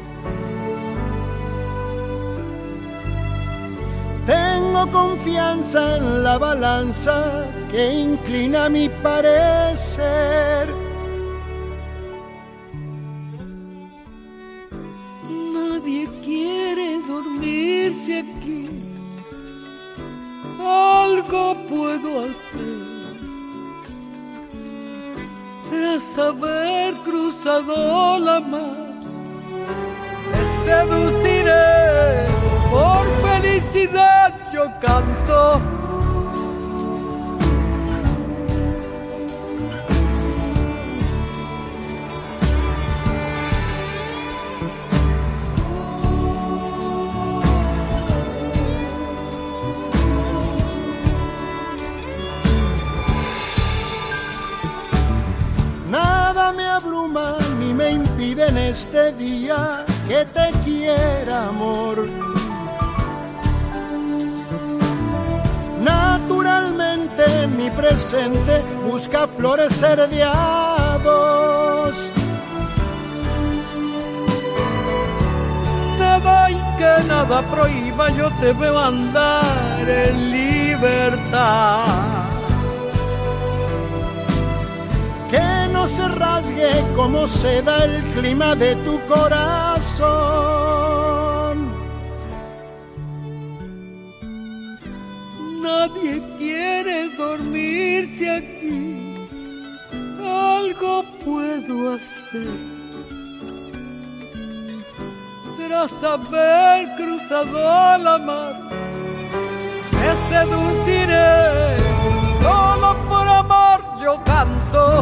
Tengo confianza en la balanza que inclina mi parecer. Nadie quiere dormirse aquí. Algo puedo hacer tras haber cruzado la mar. Te seduciré, por felicidad yo canto. Ni me impide en este día que te quiera, amor. Naturalmente mi presente busca florecer de a dos. Nada y que nada prohíba, yo te veo andar en libertad. Que no se rasgue como seda el clima de tu corazón. Nadie quiere dormirse aquí. Algo puedo hacer tras haber cruzado la mar. Te seduciré, solo por amor yo canto.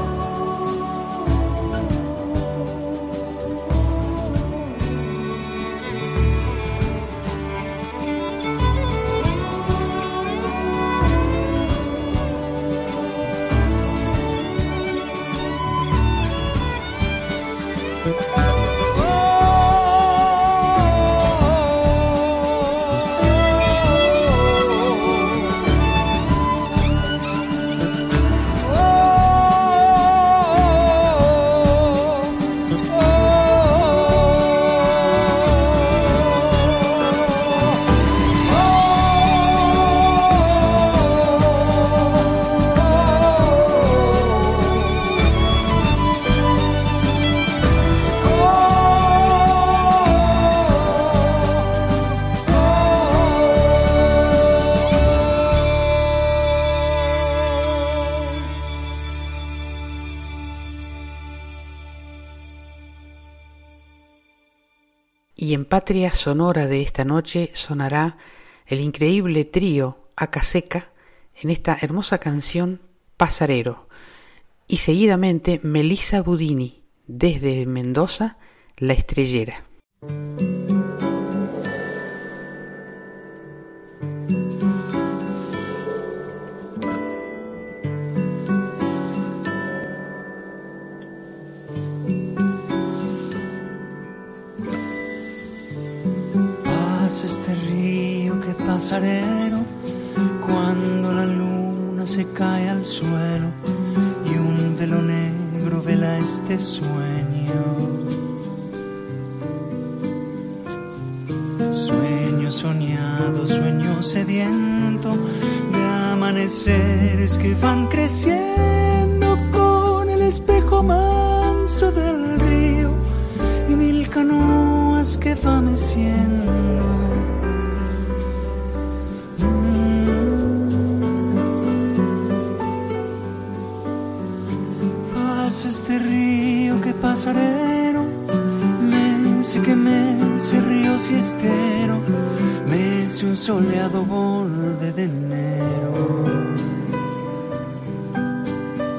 Y en Patria Sonora de esta noche sonará el increíble trío Acaseca en esta hermosa canción Pasarero, y seguidamente Melissa Budini desde Mendoza, La Estrellera. Este río que pasarero cuando la luna se cae al suelo y un velo negro vela este sueño. Sueño soñado, sueño sediento de amaneceres que van creciendo con el espejo manso del río y mil canoas que va meciendo. Este río que pasarero, mece que mece río siestero, mece un soleado borde de enero,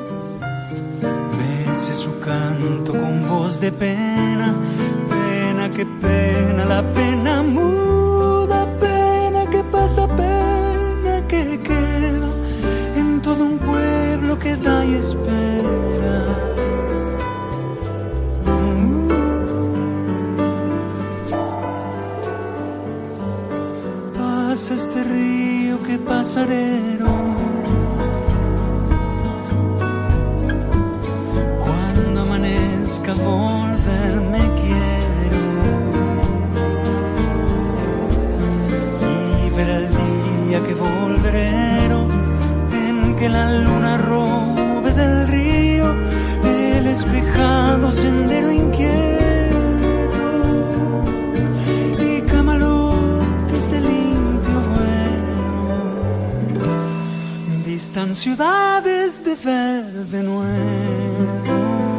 mece su canto con voz de pena, pena qué pena, la pena muda, pena que pasa, pena que queda en todo un pueblo que da y espera. Pasa este río que pasarero, cuando amanezca volverme quiero y ver el día que volverero, en que la luna robe del río el espejado sendero inquieto y camalotes de limpio vuelo, vistan ciudades de verde nuevo.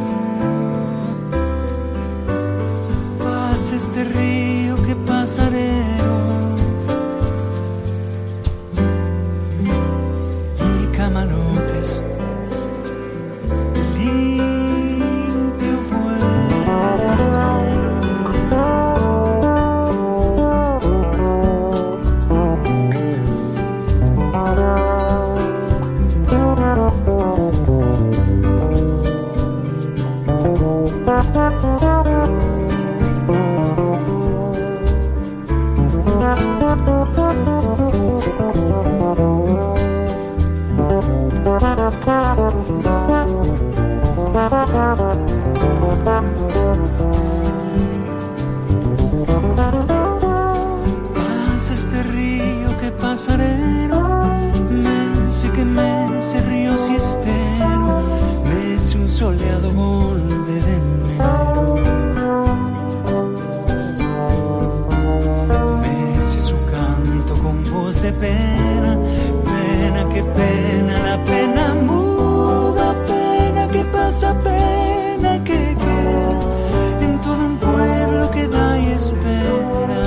Pasa este río que pasarero y camalotes de limpio Pasa este río que pasarero, mece que mece río siestero, mece un soleado molde de enero, mece su canto con voz de pena, pena que pena, la pena muda, pena que pasa, pena que queda en todo un pueblo que da y espera.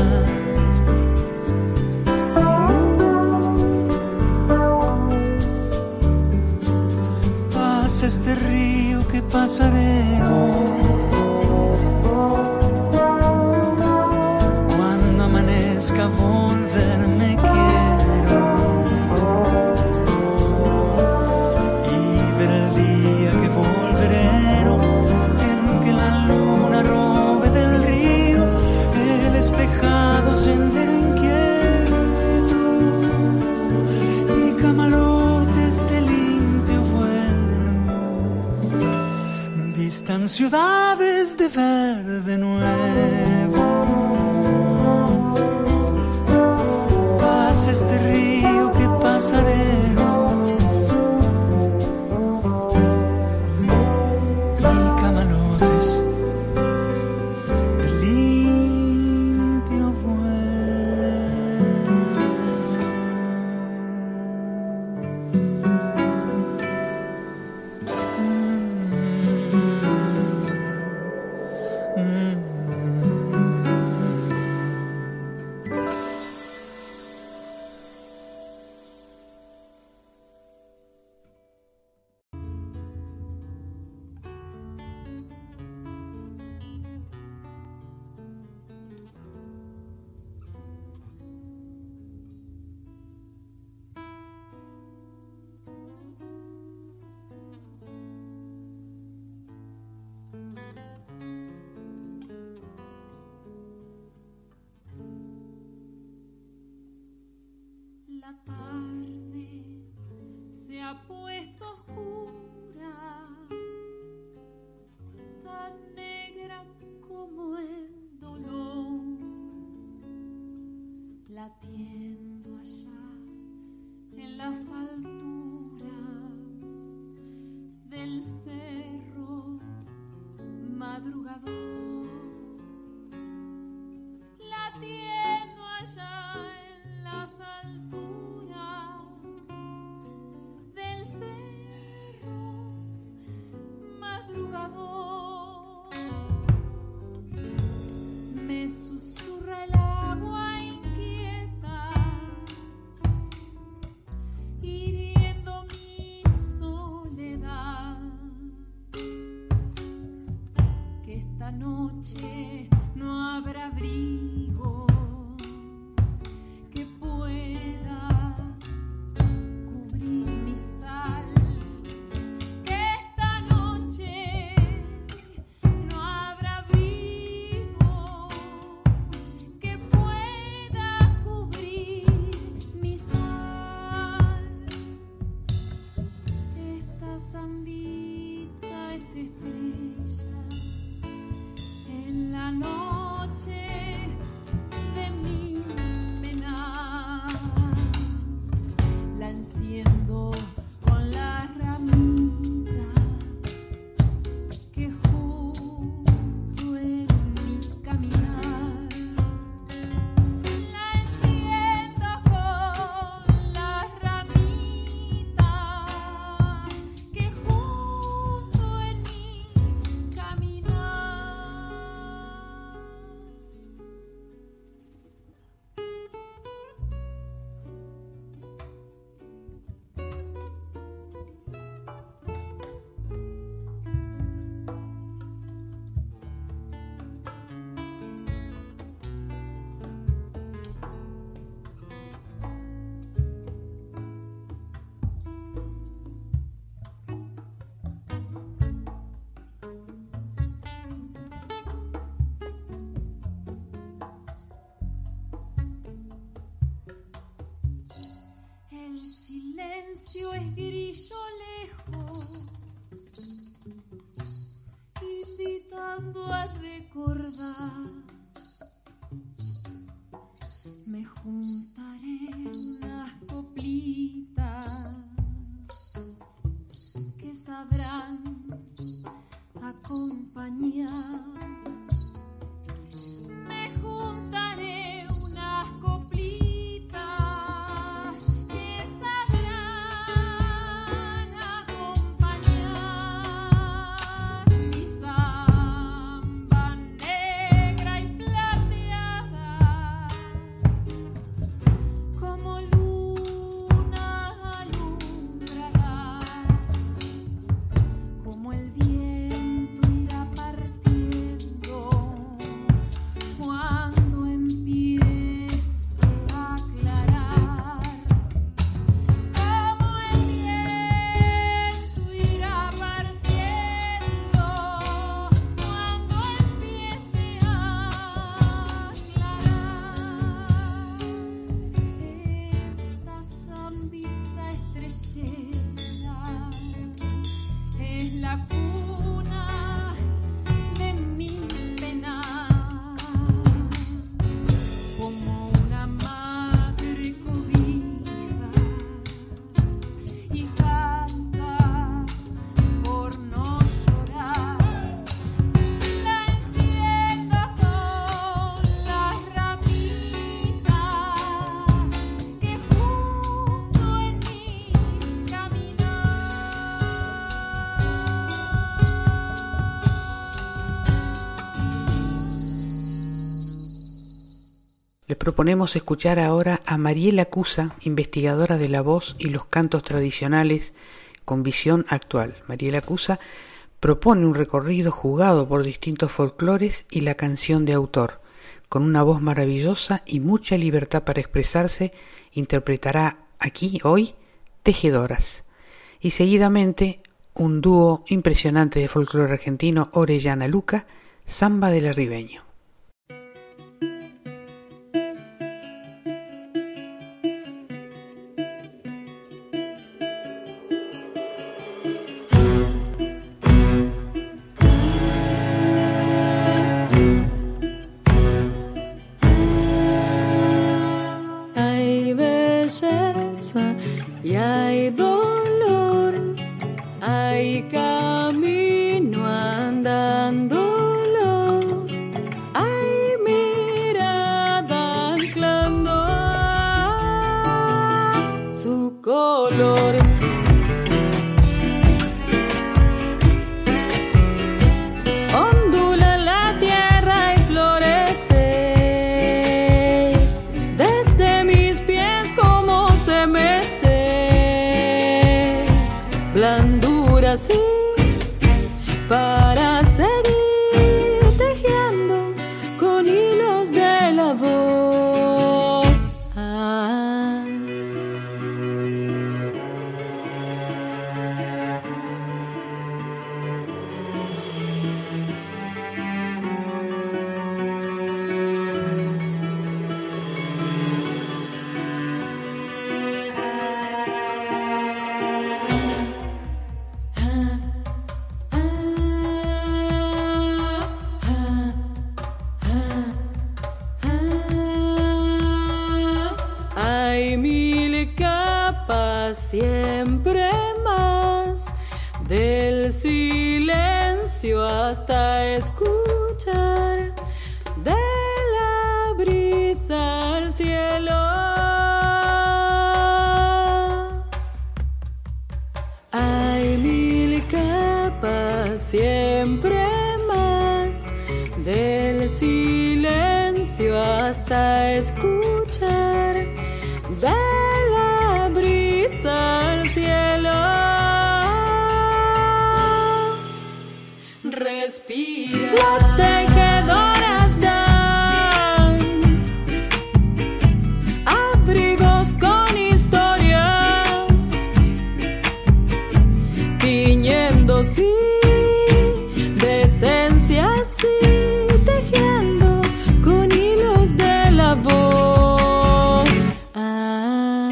Pasa este río que pasarero, cuando amanezca volverme quiero y ver el día que volverero, en que la luna robe del río el espejado sendero inquieto y camalotes de limpio vuelo, vistan ciudades de verde nuevo. Pasa este río que pasarero y camalotes de limpio La tarde se ha puesto oscura, tan negra como el dolor, latiendo allá en las alturas del cerro madrugador, latiendo allá en las alturas del cerro madrugador, me susurra el agua inquieta, hiriendo mi soledad, que esta noche no habrá zambita es estrella en la noche de mi pena. La enciendo con las ramitas que junto en mi caminar. La enciendo con las ramitas que junto en mi caminar. El silencio es grillo lejos, invitando a recordar. Me juntaré unas coplitas que sabrán acompañar. Me juntaré unas coplitas que sabrán acompañar mi samba negra y plateada, como luna alumbrará, como el viento irá partiendo cuando empiece a aclarar, como el viento irá partiendo cuando empiece a aclarar. Esta zambita estrellera es la cuna de mi pena, como una madre cobija y canta por no llorar. La enciendo con las ramitas que junto en mi caminar. Les proponemos escuchar ahora a Mariela Cusa, investigadora de la voz y los cantos tradicionales con visión actual. Mariela Cusa propone un recorrido jugado por distintos folclores y la canción de autor. Con una voz maravillosa y mucha libertad para expresarse, interpretará aquí, hoy, Tejedoras. Y seguidamente, un dúo impresionante de folclore argentino, Orellana Luca, Samba del Arribeño. Hay belleza y hay dolor, hay camino andándolo, hay mirada anclando a su color. Ondula la tierra y florece desde mis pies como se mece, blandura sí para seguir tejiendo con hilos de la voz. Ah. Ah. del silencio hasta escuchar de la brisa al cielo. Hay mil capas, siempre más, del silencio hasta escuchar de la brisa al cielo. Respira. Las tejedoras dan abrigos con historias, tiñendo sí de esencia, sí, tejiendo con hilos de la voz. Ah.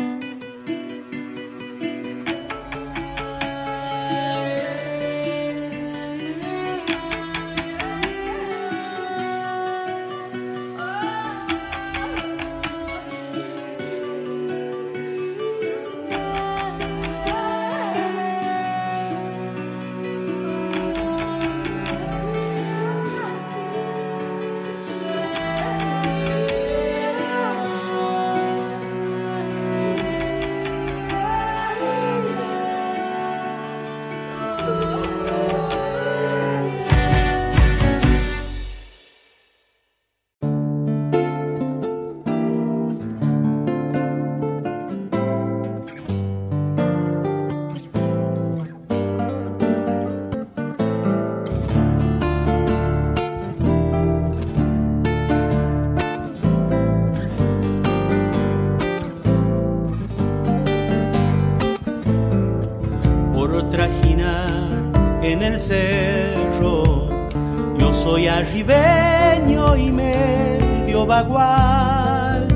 En el cerro, yo soy arribeño y medio bagual.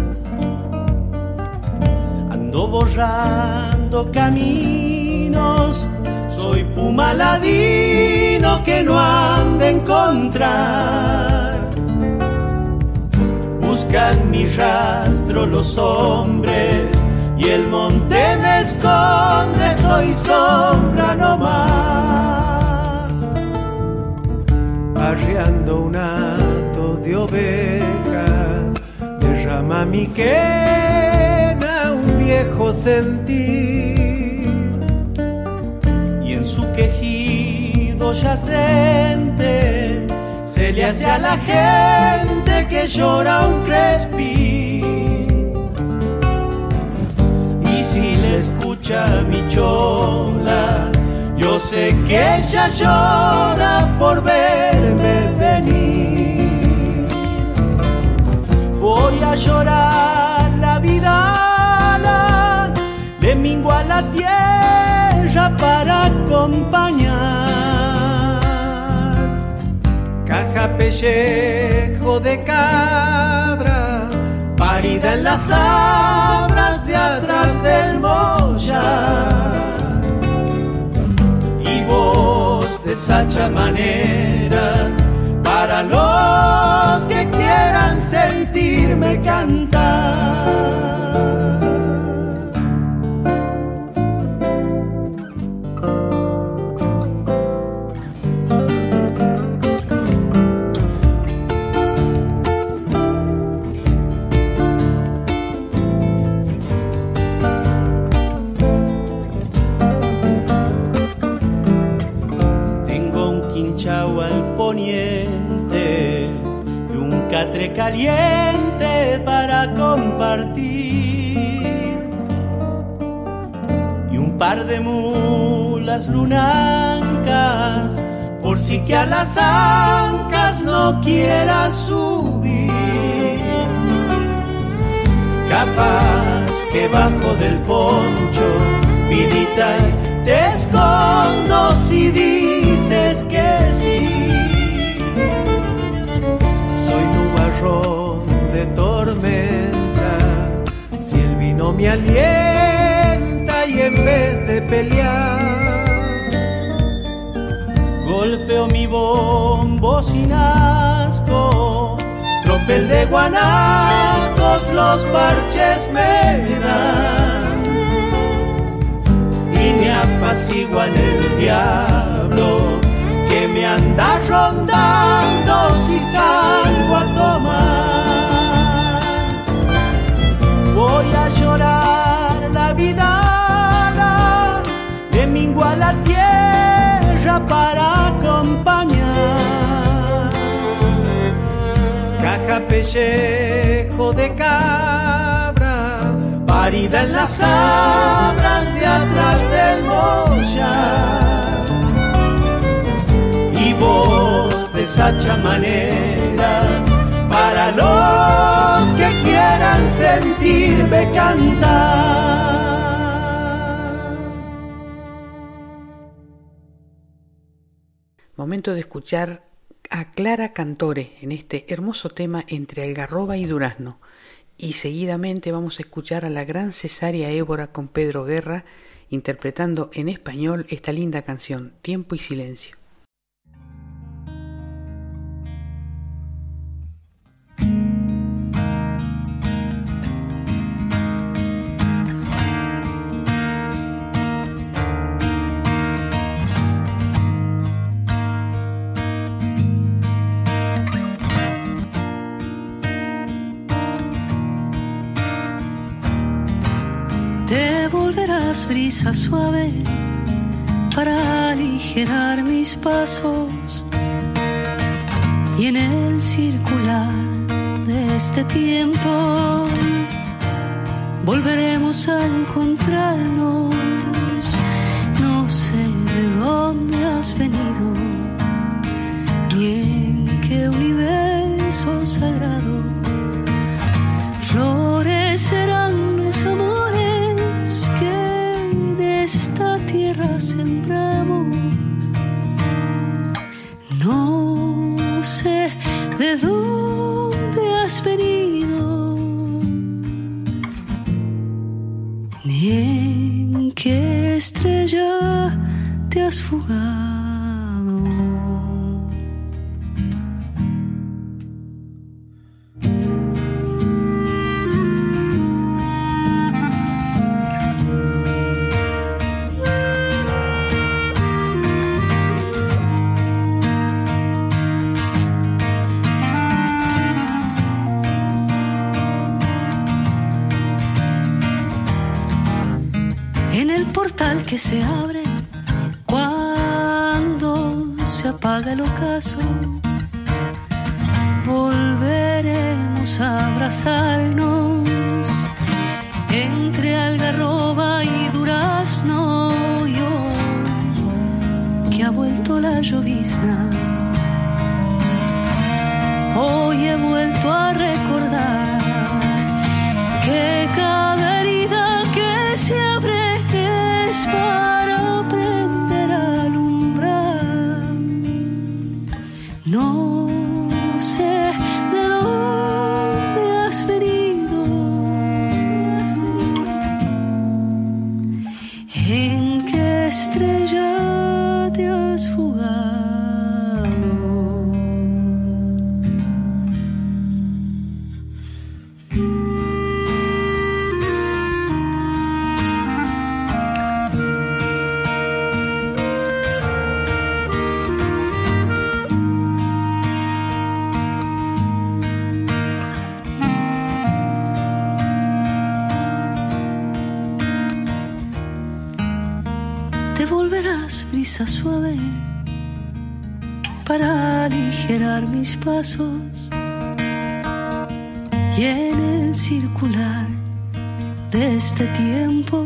Ando borrando caminos, soy puma ladino que no han de encontrar. Buscan mi rastro los hombres y el monte me esconde, soy sombra nomás. Arreando un hato de ovejas, derrama mi quena un viejo sentir, y en su quejido yacente se le hace a la gente que llora un crespín. Y si le escucha mi chola, yo sé que ella llora por verme venir. Voy a llorar la vida, le mingo a la tierra para acompañar. Caja pellejo de cabra, parida en las abras de atrás del mollar. Voz de esa chamanera para los que quieran sentirme cantar. Y un catre caliente para compartir, y un par de mulas lunancas por si que a las ancas no quieras subir. Capaz que bajo del poncho, vidita, te escondo si dices que sí. Soy nubarrón de tormenta, si el vino me alienta y en vez de pelear, golpeo mi bombo sin asco, tropel de guanacos los parches me dan y me apaciguan el día. pellejo de cabra, parida en las abras de atrás del mollar, y voz de esa chamanera para los que quieran sentirme cantar. Momento de escuchar a Clara Cantore en este hermoso tema Entre algarroba y durazno, y seguidamente vamos a escuchar a la gran Cesárea Évora con Pedro Guerra interpretando en español esta linda canción Tiempo y Silencio. Brisa suave para aligerar mis pasos, y en el circular de este tiempo volveremos a encontrarnos. No sé de dónde has venido ni en qué universo sagrado florecerán los amores que esta tierra sembramos. No sé de dónde has venido ni en qué estrella te has fugado. Que se abre cuando se apaga el ocaso, volveremos a abrazarnos entre algarroba y durazno, y hoy que ha vuelto la llovizna, hoy he vuelto a recordar que cada herida que se abre para aprender a alumbrar. No sé de dónde has venido, en qué estrella te has fugado. Brisa suave para aligerar mis pasos, y en el circular de este tiempo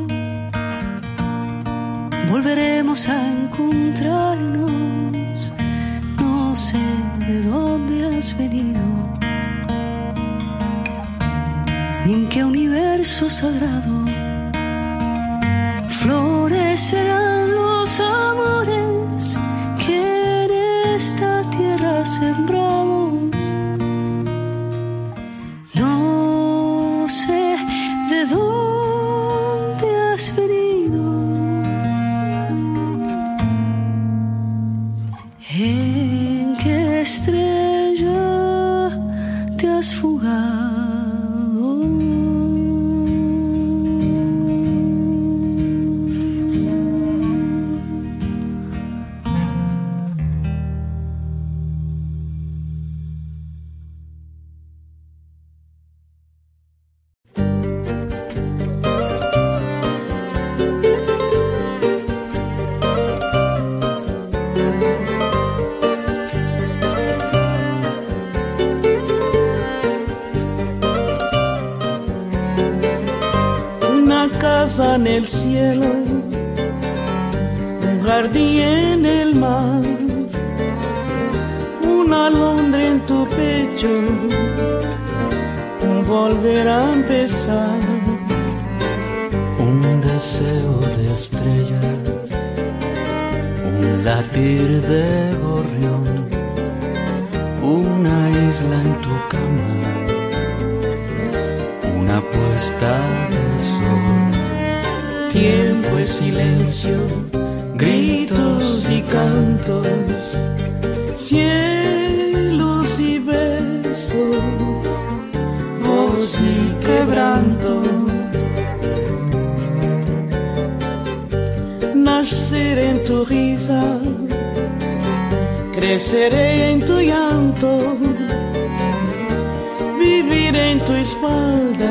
volveremos a encontrarnos. No sé de dónde has venido ni en qué universo sagrado florecerán los amores que en esta tierra sembramos. No sé de dónde has venido, en qué estrella te has fugado. en el cielo, un jardín en el mar, una alondra en tu pecho, un volver a empezar, un deseo de estrellas, un latir de gorrión, una isla en tu cama, una puesta de sol. Tiempo es silencio, gritos y cantos, cielos y besos, voz y quebranto. Naceré en tu risa, creceré en tu llanto, viviré en tu espalda,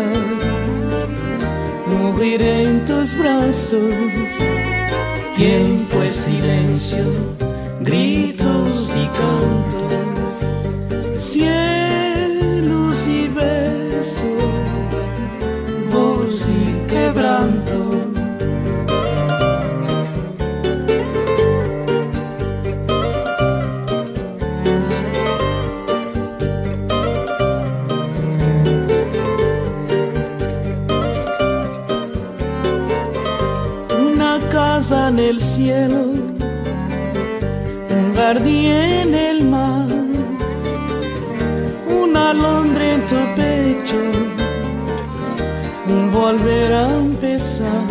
moriré en tus brazos. Tiempo es silencio, gritos y cantos, cielos y besos, voz y quebranto. En el cielo, un jardín en el mar, una alondra en tu pecho, un volver a empezar,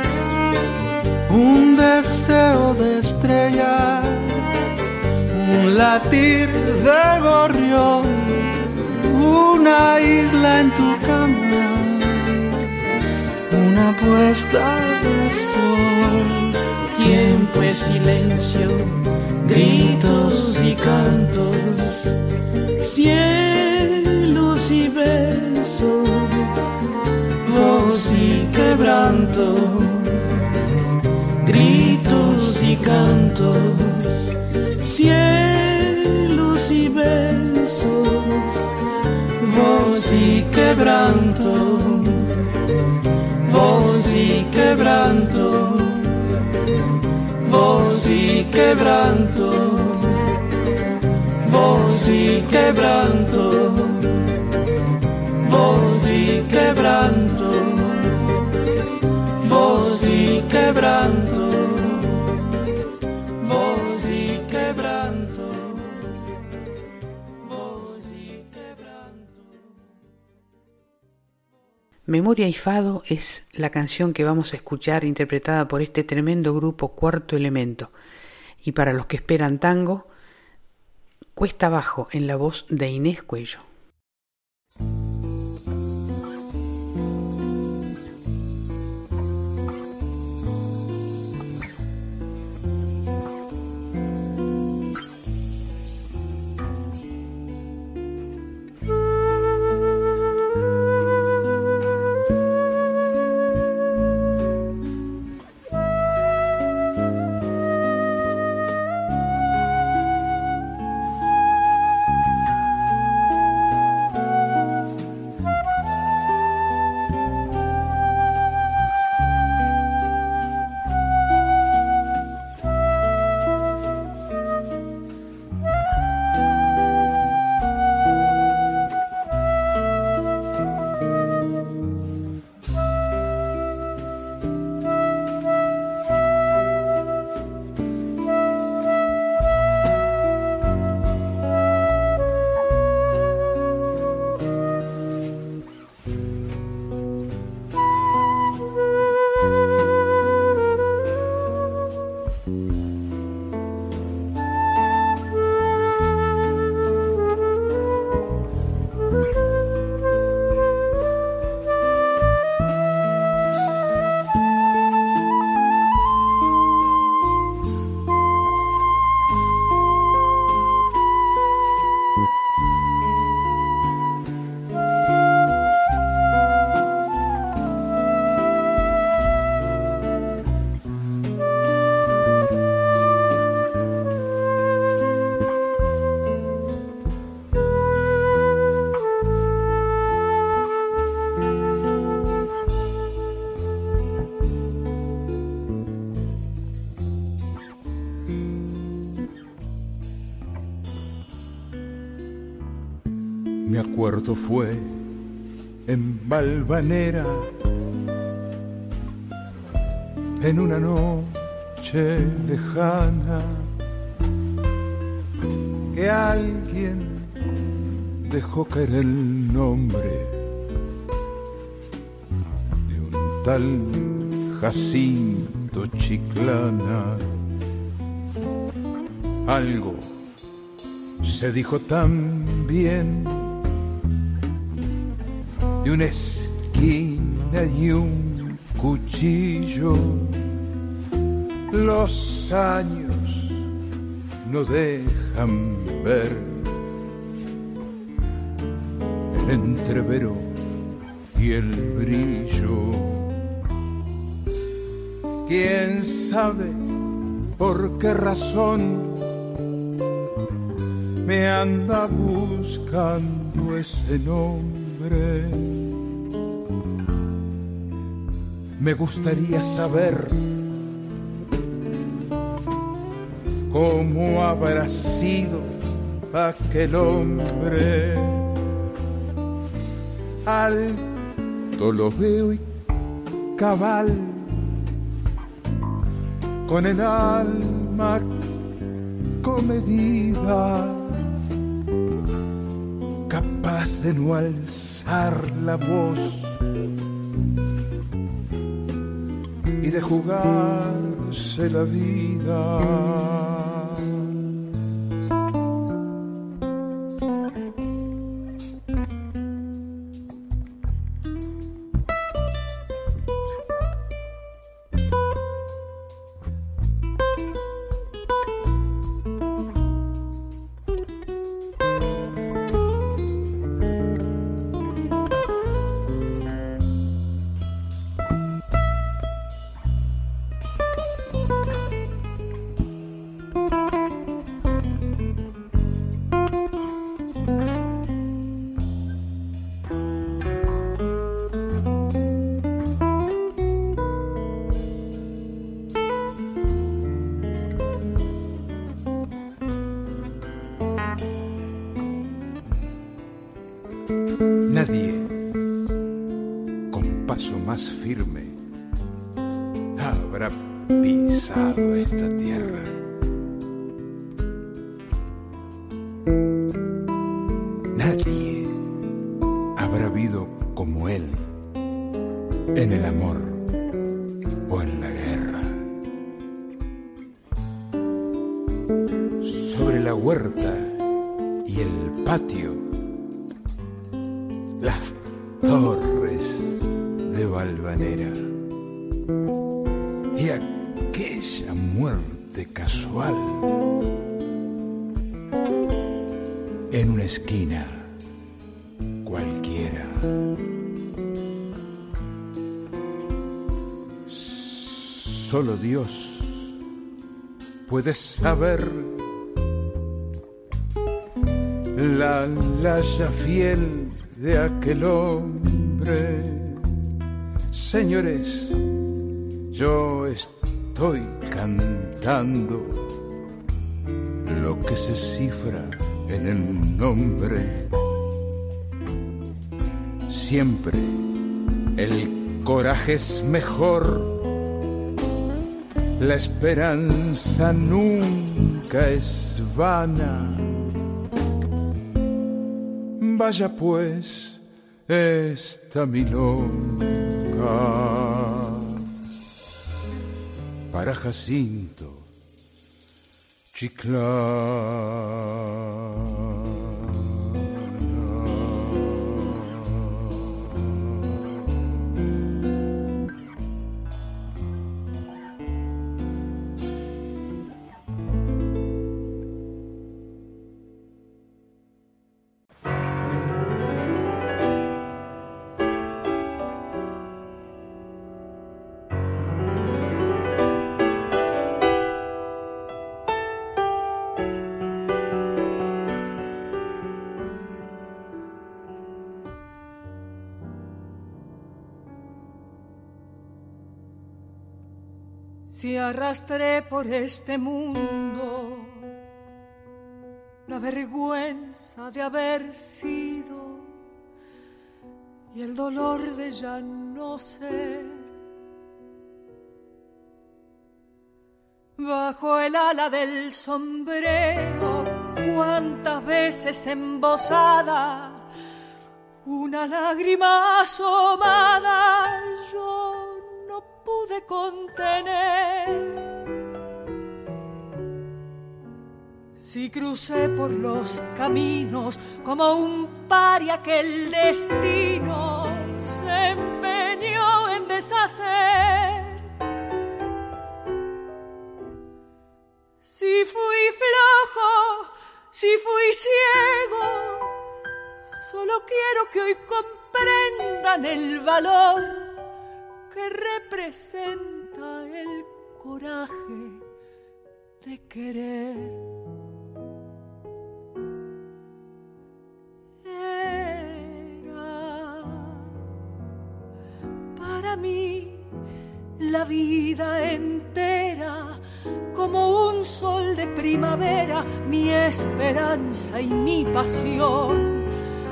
un deseo de estrellas, un latir de gorrión, una isla en tu cama, una puesta de sol. Tiempo es silencio, gritos y cantos, cielos y besos, voz y quebranto. Gritos y cantos, cielos y besos, voz y quebranto. Voz y quebranto, voz y quebranto, voz y quebranto, voz y quebranto, voz y quebranto, voz y quebranto, voz y quebranto. Memoria y Fado es la canción que vamos a escuchar interpretada por este tremendo grupo Cuarto Elemento. Y para los que esperan tango, Cuesta Abajo en la voz de Inés Cuello. Me acuerdo fue en Valvanera, en una noche lejana, que alguien dejó caer el nombre de un tal Jacinto Chiclana. Algo se dijo tan bien de una esquina y un cuchillo. Los años no dejan ver el entrevero y el brillo. ¿Quién sabe por qué razón me anda buscando ese nombre? Me gustaría saber cómo habrá sido aquel hombre. Alto lo veo y cabal, con el alma comedida, capaz de no alzar la voz y de jugarse la vida. Nadie con paso más firme habrá pisado esta tierra. Nadie habrá habido como él en el amor o en la guerra. Sobre la huerta y el patio, las torres de Valvanera y aquella muerte casual en una esquina cualquiera. Solo Dios puede saber la laya fiel de aquel hombre. Señores, yo estoy cantando lo que se cifra en el nombre. Siempre el coraje es mejor, la esperanza nunca es vana. Vaya pues esta milonga para Jacinto Chiclana. Si arrastré por este mundo la la vergüenza de haber sido y el dolor de ya no ser. Bajo el ala del sombrero, cuántas veces embosada, una lágrima asomada yo no pude contener. Si crucé por los caminos como un paria que el destino se empeñó en deshacer. Si fui flojo, si fui ciego, solo quiero que hoy comprendan el valor que representa el coraje de querer. Para mí la vida entera como un sol de primavera, mi esperanza y mi pasión.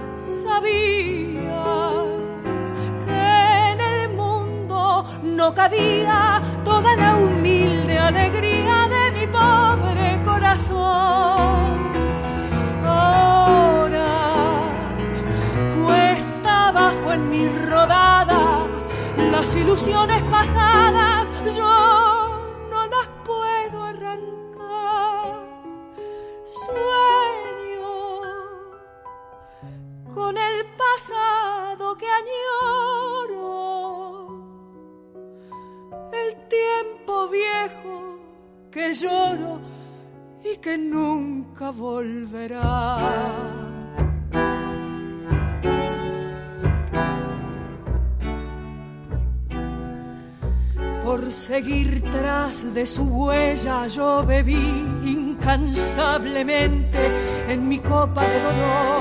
Sabía que en el mundo no cabía toda la humilde alegría de mi pobre corazón. Ahora cuesta abajo en mi rodada las ilusiones pasadas, yo no las puedo arrancar. Sueño con el pasado que añoro, el tiempo viejo que lloro y que nunca volverá. Por seguir tras de su huella yo bebí incansablemente en mi copa de dolor,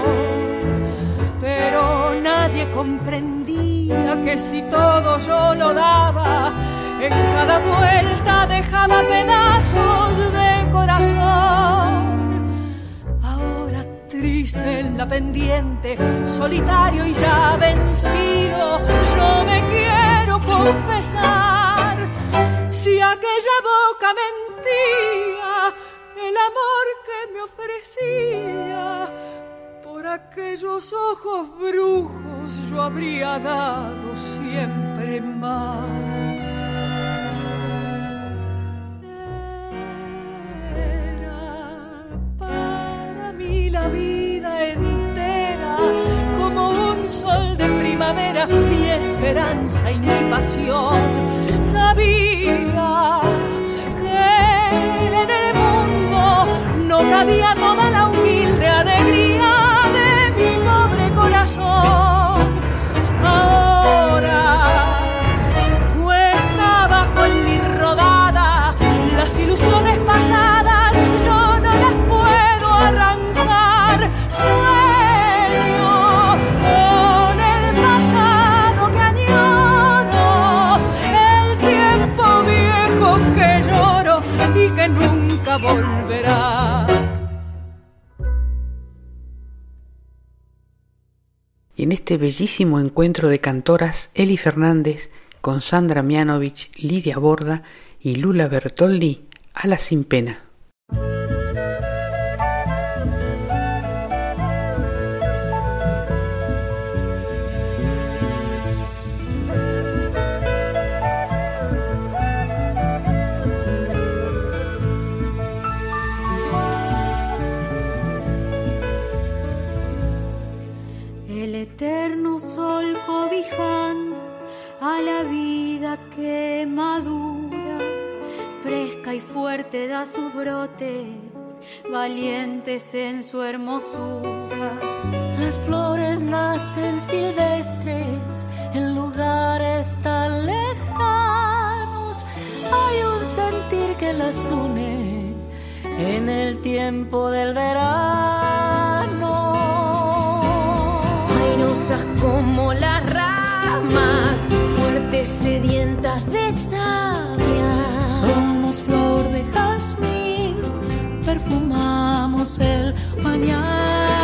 pero nadie comprendía que si todo yo lo daba, en cada vuelta dejaba pedazos de corazón. Ahora triste en la pendiente, solitario y ya vencido, yo me quiero confesar. Si aquella boca mentía el amor que me ofrecía, por aquellos ojos brujos yo habría dado siempre más. Era para mí la vida entera como un sol de primavera, mi esperanza y mi pasión. Sabía que en el mundo no cabía toda la humilde alegría de mi pobre corazón. Ahora cuesta abajo en mi rodada las ilusiones pasadas, yo no las puedo arrancar. Sueño con el pasado que añoro, que lloro y que nunca volverá. Y en este bellísimo encuentro de cantoras, Eli Fernández con Sandra Mianovich, Lidia Borda y Lula Bertoldi, Alas sin pena. Eterno sol cobijando a la vida que madura, fresca y fuerte da sus brotes, valientes en su hermosura. Las flores nacen silvestres en lugares tan lejanos, hay un sentir que las une en el tiempo del verano. Como las ramas, fuertes sedientas de savia. Somos flor de jazmín, perfumamos veremos el mañana.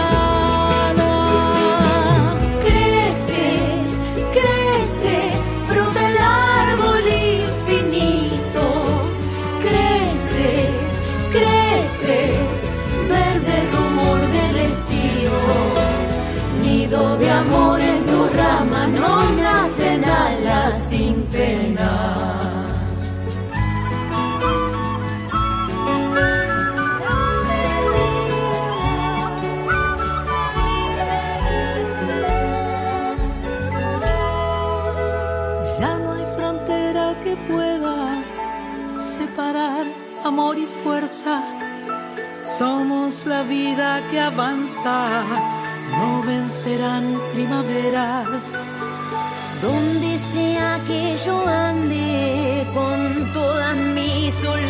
Crece, crece, brota el árbol infinito. Crece, crece, verde rumor del estío. Nido de amor en tus ramas, no nacen alas sin pena. Separar amor y fuerza, somos la vida que avanza, no vencerán primaveras. Donde sea que yo ande con todas mis soledades,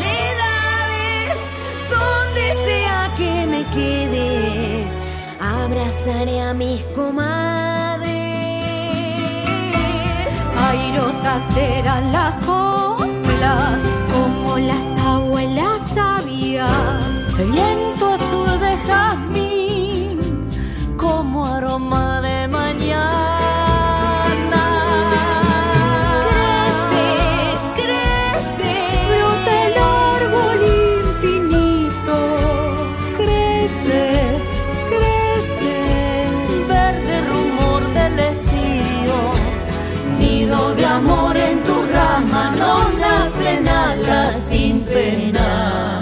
donde sea que me quede, abrazaré a mis comadres. Airosas serán las coplas, como las abuelas sabias, de viento azul de jazmín, como aroma de mañana. Crece, crece, brota el árbol infinito. Crece, crece, verde rumor del estío. Nido de amor en tus ramas, no nacen alas sin pena.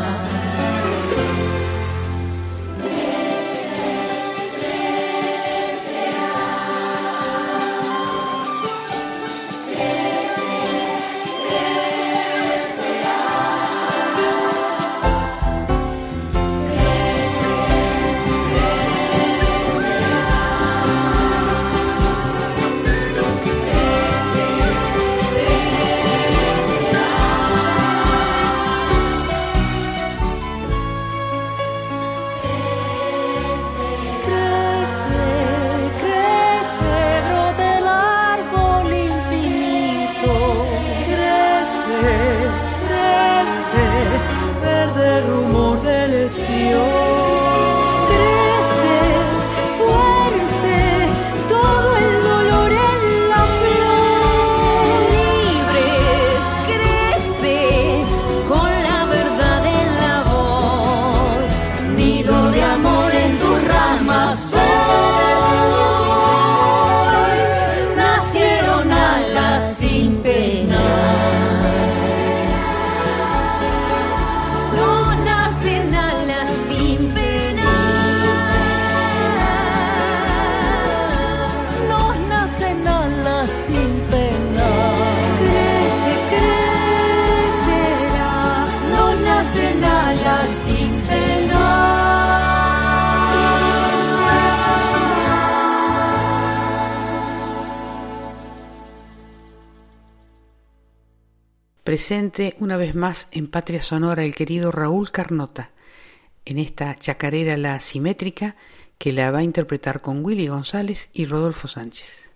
Presente una vez más en Patria Sonora el querido Raúl Carnota, en esta chacarera La Simétrica, que la va a interpretar con Willy González y Rodolfo Sánchez.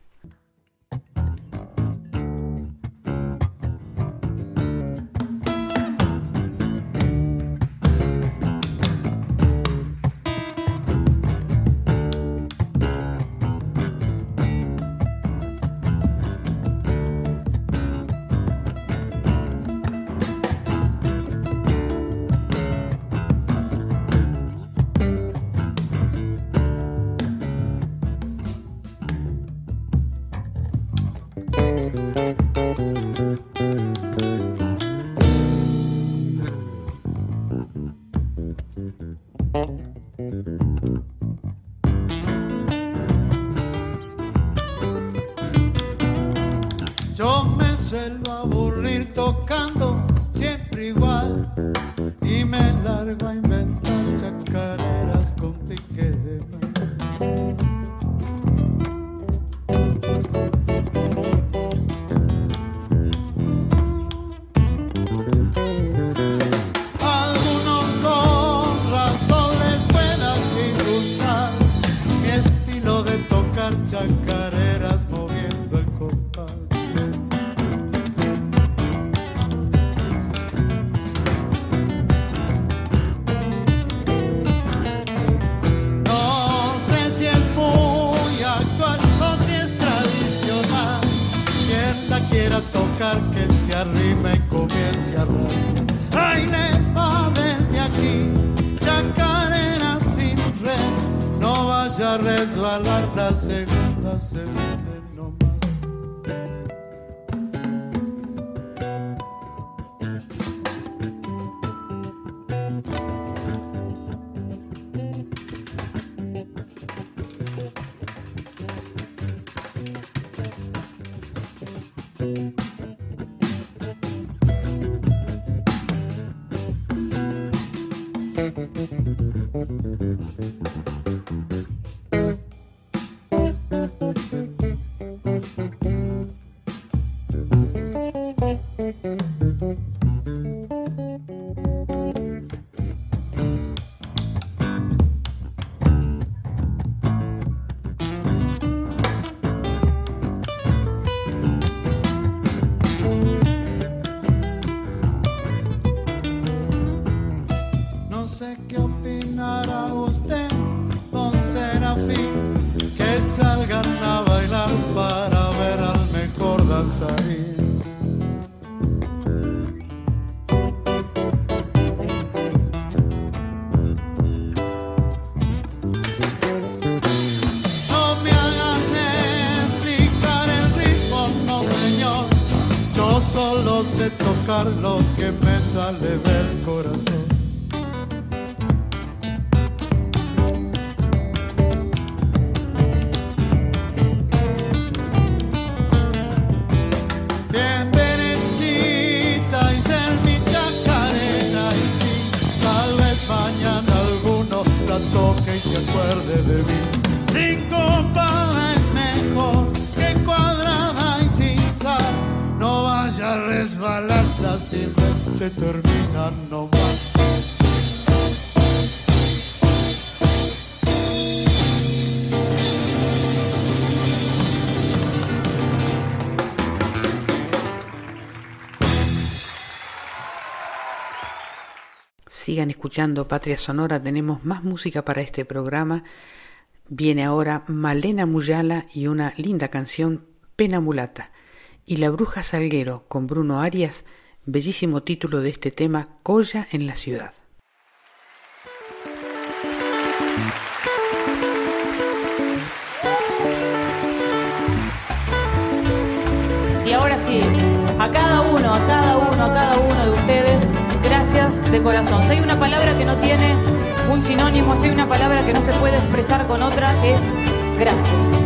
Yo me suelo aburrir tocando siempre igual y me largo a inventar chacareras con pique de mal. Algunos con razón les puedan disgustar mi estilo de tocar chacareras moviendo el compás. arrime y comience a rasgar. Ahí les va desde aquí, chacarera sin red, no vaya a resbalar la segunda, se viene nomás. Lo que me sale del corazón. Bien derechita y ser mi chacarera, y sí, tal vez mañana alguno la toque y se acuerde de mí. Sin copada es mejor que cuadrada y sin sal, no vaya a resbalar, la sirve, se termina nomás. Sigan escuchando Patria Sonora, tenemos más música para este programa. Viene ahora Malena Muyala y una linda canción, Pena Mulata. Y La Bruja Salguero con Bruno Arias, bellísimo título de este tema, Colla en la Ciudad. Y ahora sí, a cada uno, a cada uno, a cada uno de ustedes, gracias de corazón. Si hay una palabra que no tiene un sinónimo, si hay una palabra que no se puede expresar con otra, es gracias.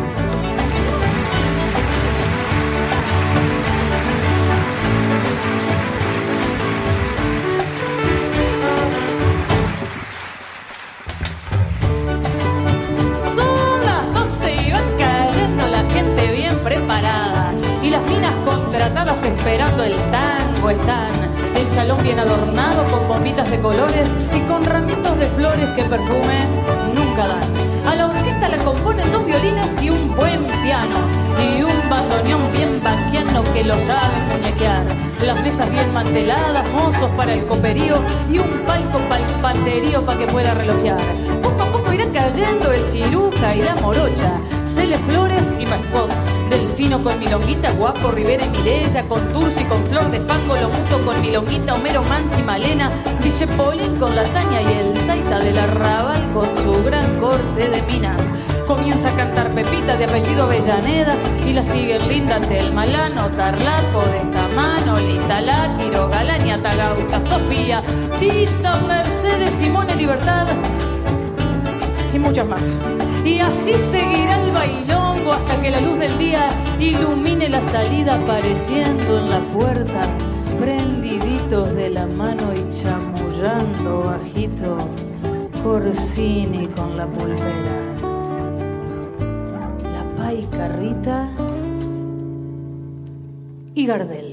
Y las minas contratadas esperando el tango están. El salón bien adornado con bombitas de colores y con ramitos de flores que perfume nunca dan. A la orquesta la componen dos violines y un buen piano y un bandoneón bien banquiano que lo saben muñequear. Las mesas bien manteladas, mozos para el coperío y un palco para el panterío para que pueda relojear. Poco a poco irá cayendo el ciruja y la morocha, Cele Flores y Mascot, Delfino con milonguita, Guapo, Rivera y Mireya, con Tursi, con Flor de Fango, Lomuto con milonguita, Homero, Mansi, Malena, Dice Polín con la Taña y el Taita del Arrabal con su gran corte de minas. Comienza a cantar Pepita de apellido Avellaneda y la siguen Linda Telmalano, Tarlaco, Descamano, Litalá, Quiro, Galaña, Tagauta, Sofía, Tita, Mercedes, Simone, Libertad y muchas más. Y así seguirá el bailongo hasta que la luz del día ilumine la salida, apareciendo en la puerta, prendiditos de la mano y chamullando bajito, Corsini con la pulpera, la Paica Rita y Gardel.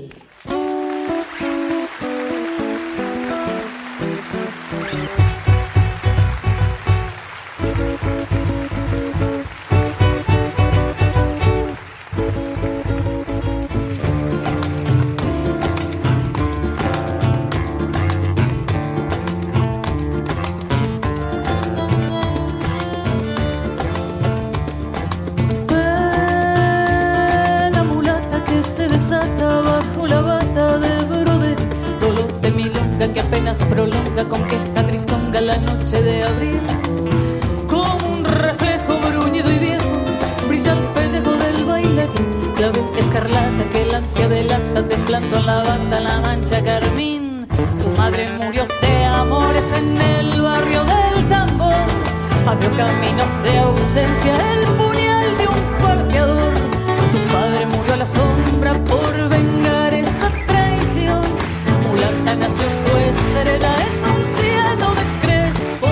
apenas prolonga con queja tristonga la noche de abril. Como un reflejo bruñido y viejo brilla el pellejo del bailarín, clave escarlata que el ansia delata, temblando en la banda la mancha carmín. Tu madre murió de amores en el barrio del tambor, abrió caminos de ausencia el puñal de un cuarteador. Tu padre murió a la sombra por vengar esa traición, mulata nació tu estrella en un cielo de crespo.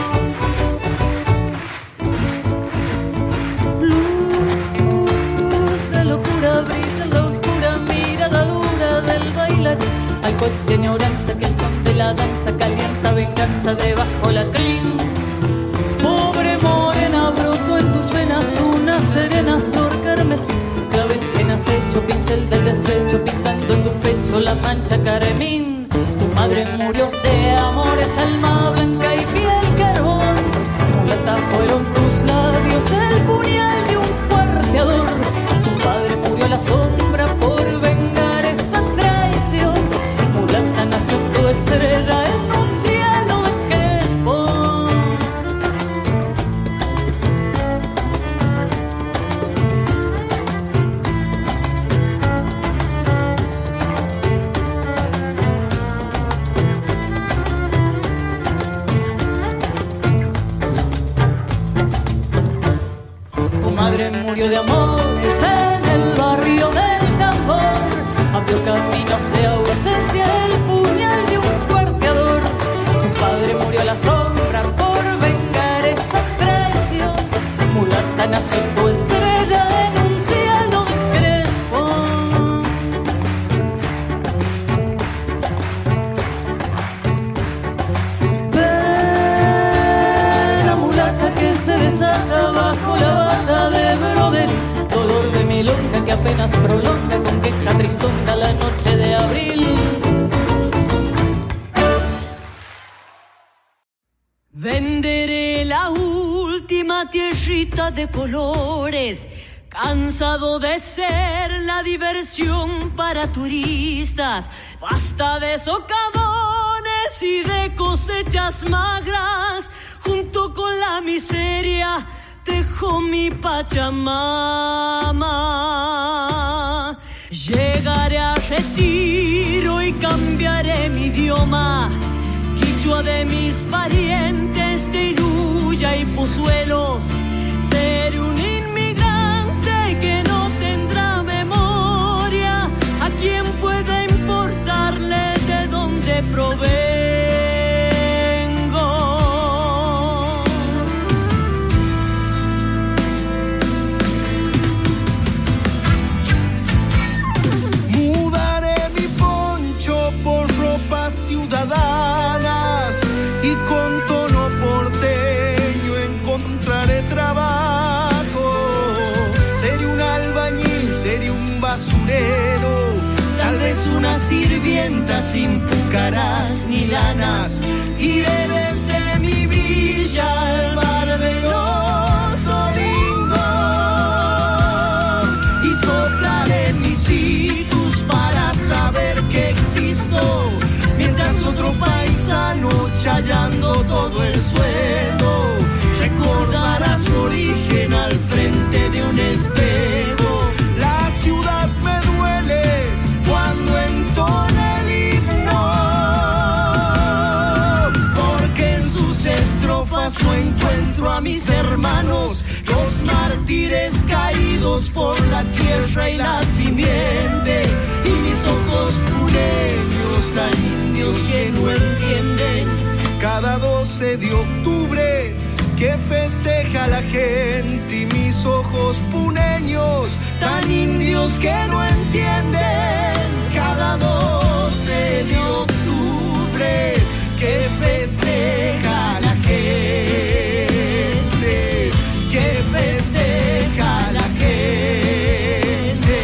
Luz de locura brilla en la oscura mirada dura del bailarín, alcohol de añoranza que el son de la danza calienta venganza debajo la crin. Pobre morena, brotó en tus venas una serena flor carmesí, clave en acecho, pincel del despecho, pintando en tu pecho la mancha carmín. Tu madre murió de amores, alma blanca y piel carbón, mulata fueron tus labios, el puñal de un cuarteador. Tu padre murió a la sombra por vengar esa traición, mulata nació tu estrella en un cielo de crespo. Murió de amores en el barrio del tambor, abrió caminos de ausencia el puñal de un cuarteador. Tu padre murió a la sombra por vengar esa traición, mulata nació tu estrella en un cielo de crespo. Pena mulata que se desata bajo la banda de brother, dolor de milonga que apenas prolonga con queja tristonga la noche de abril. Venderé la última tierrita de colores, cansado de ser la diversión para turistas. Basta de socavones y de cosechas magras, junto con la miseria dejo mi Pachamama. Llegaré a Retiro y cambiaré mi idioma, quichua de mis parientes de Iruya y Pozuelos. Seré un inmigrante que no tendrá memoria, a quien pueda importarle de dónde provengo. Ciudadanas y con tono porteño encontraré trabajo. Seré un albañil, seré un basurero, tal vez una sirvienta sin púcaras ni lanas. Iré desde mi villa al bar de los domingos y soplaré mis hitos para saber que existo, mientras otro paisano chayando todo el suelo recordará su origen al frente de un espejo. La ciudad me duele cuando entona el himno, porque en sus estrofas no encuentro a mis hermanos, los mártires caídos por la tierra y la simiente, y mis ojos pureños tan indios que no entienden. Cada doce de octubre que festeja la gente, y mis ojos puneños tan indios que no entienden. Cada doce de octubre que festeja la gente, que festeja la gente.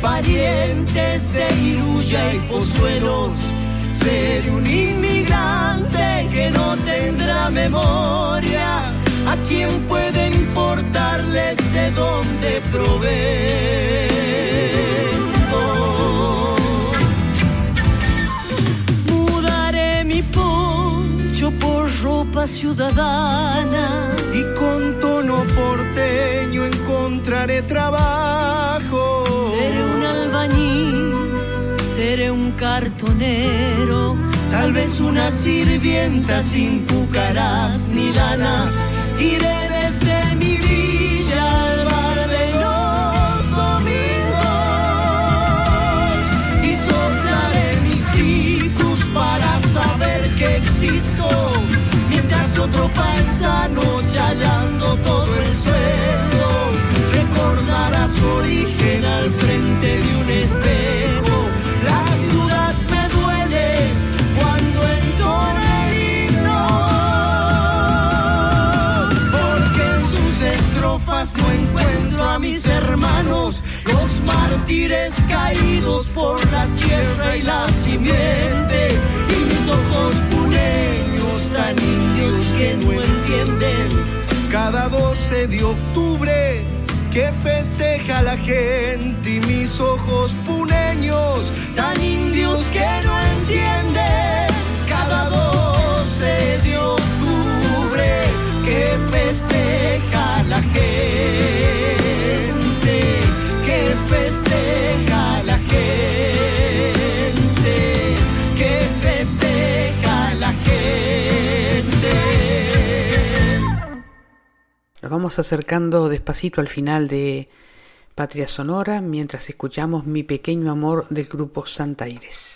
parientes de Iruya y Pozuelos. Seré un inmigrante que no tendrá memoria. ¿A quién puede importarles de dónde provengo? Mudaré mi poncho por ropa ciudadana y con tono porteño encontraré trabajo. Seré un albañil, seré un cartonero, tal vez una sirvienta sin púcaras ni lanas. Iré desde mi villa al bar de los domingos y soplaré mis citrus para saber que existo, mientras otro paisano chayando todo el suelo recordará su origen al frente de un espejo. La ciudad me duele cuando entona el himno, porque en sus estrofas no encuentro a mis hermanos, los mártires caídos por la tierra y la simiente, y mis ojos puneños tan indios que no entienden. Cada doce de octubre que festeja la gente, y mis ojos puneños tan indios que no entienden. Cada doce de octubre que festeja la gente, que festeja la gente, que festeja la gente. Nos vamos acercando despacito al final de Patria Sonora mientras escuchamos Mi Pequeño Amor del grupo Santa Iris.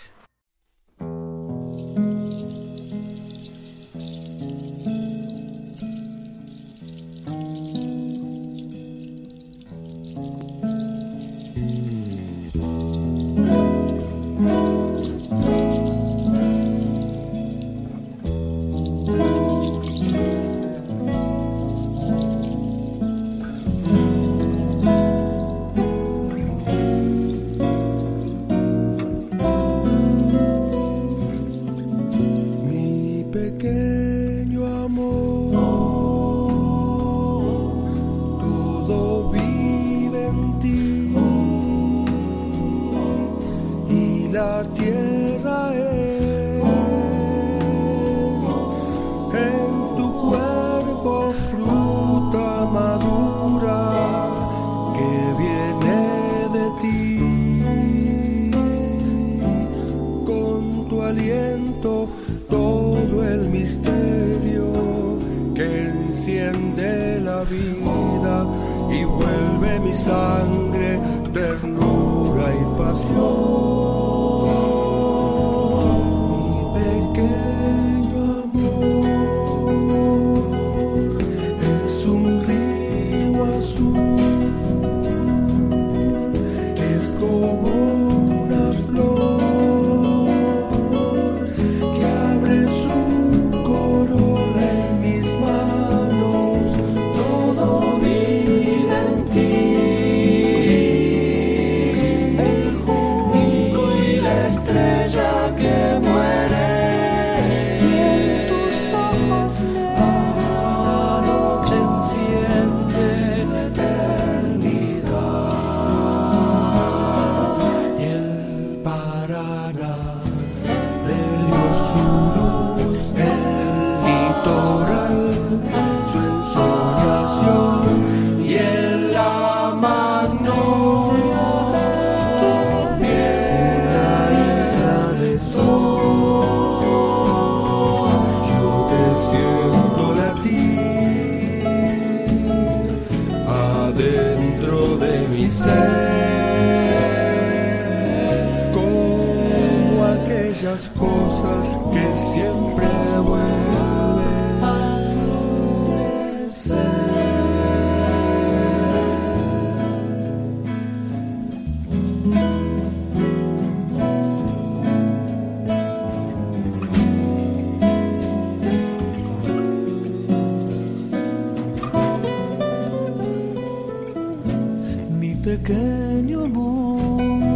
Pequeño amor,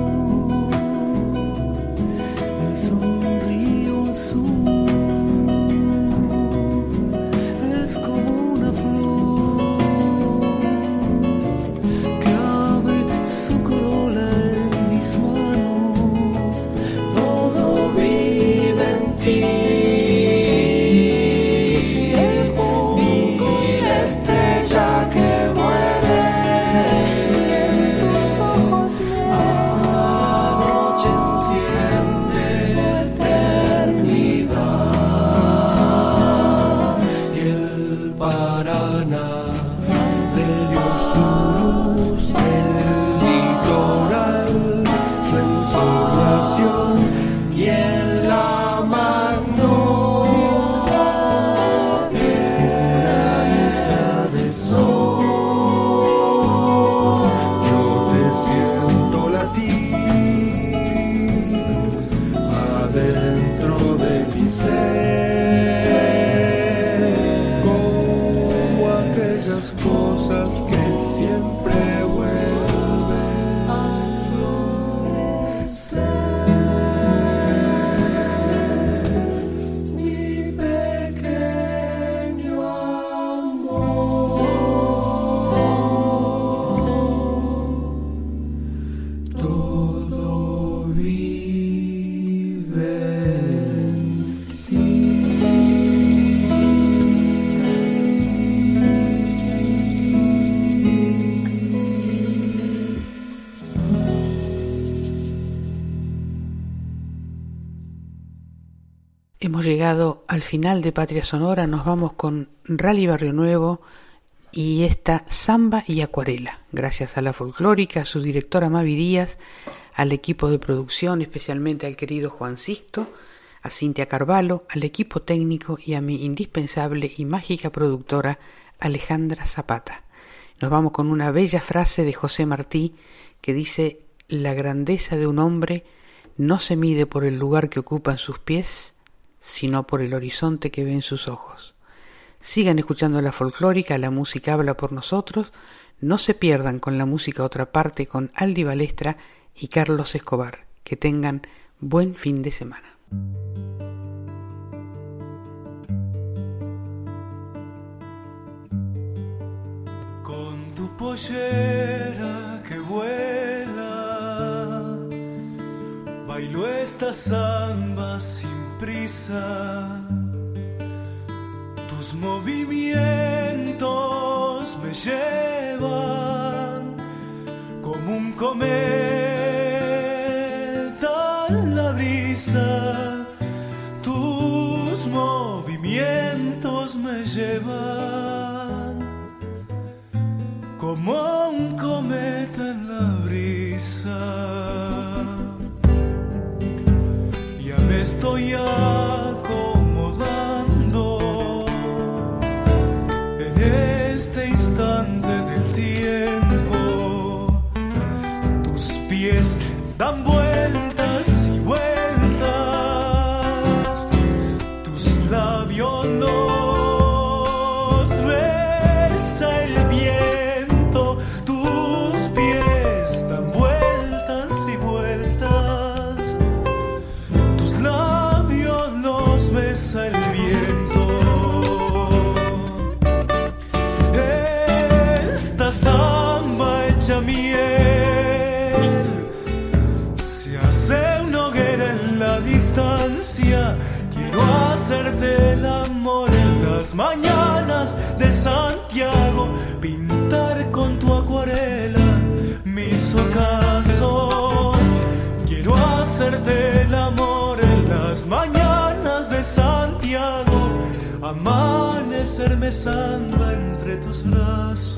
llegado al final de Patria Sonora. Nos vamos con Rally Barrio Nuevo y esta Samba y Acuarela. Gracias a la folclórica, a su directora Mavi Díaz, al equipo de producción, especialmente al querido Juan Sixto, a Cintia Carvalho, al equipo técnico y a mi indispensable y mágica productora Alejandra Zapata. Nos vamos con una bella frase de José Martí que dice: la grandeza de un hombre no se mide por el lugar que ocupan sus pies, sino por el horizonte que ve en sus ojos. Sigan escuchando la folclórica, la música habla por nosotros. No se pierdan con la música Otra Parte con Aldi Balestra y Carlos Escobar. Que tengan buen fin de semana. Con tu pollera que vuela, bailo esta samba sin prisa. Tus movimientos me llevan como un cometa en la brisa. Tus movimientos me llevan como un cometa en la brisa. Ya me estoy acomodando en este instante del tiempo. Tus pies dan vueltas y vueltas, tus labios los besa el viento. Tus pies dan vueltas y vueltas, tus labios los besa el viento. Esta samba hecha miel se hace una hoguera en la distancia. Quiero hacerte el amor en las mañanas de Santiago, pintar con tu acuarela mis ocasos. Quiero hacerte el amor en las mañanas de Santiago, amanecerme samba entre tus brazos.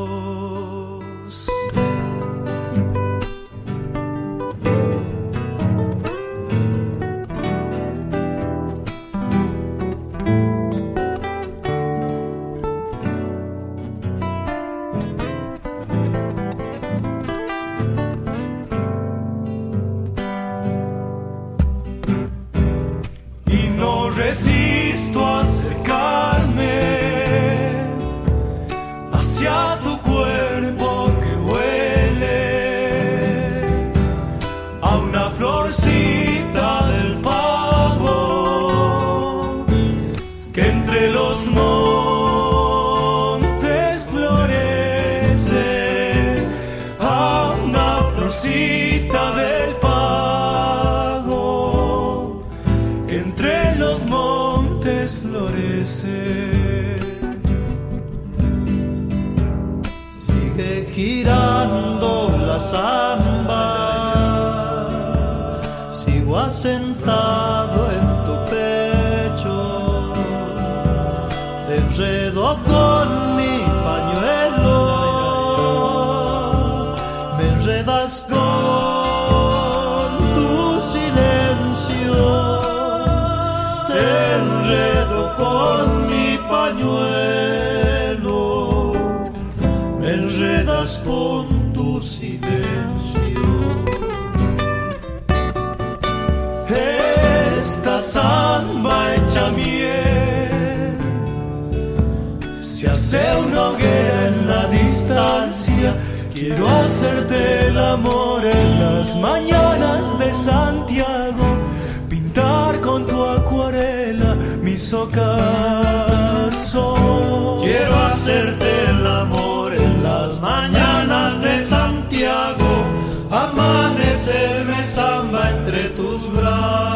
Y no resisto a acercarme hacia tu cuerpo que huele a una florcita del pago que entre los montes florece, a una florcita del pago que entre los montes florece. Sigue girando la samba, sigo asentado en tu pecho, te enredo con mi pañuelo, me enredas con tu silencio, te enredo con mi pañuelo, me enredas con tu silencio. Esta samba hecha miel se hace una hoguera en la distancia. Quiero hacerte el amor en las mañanas de Santiago, pintar con tu acuarela mis ocasos. Quiero hacerte el amor en las mañanas de Santiago, amanecerme samba entre tus brazos.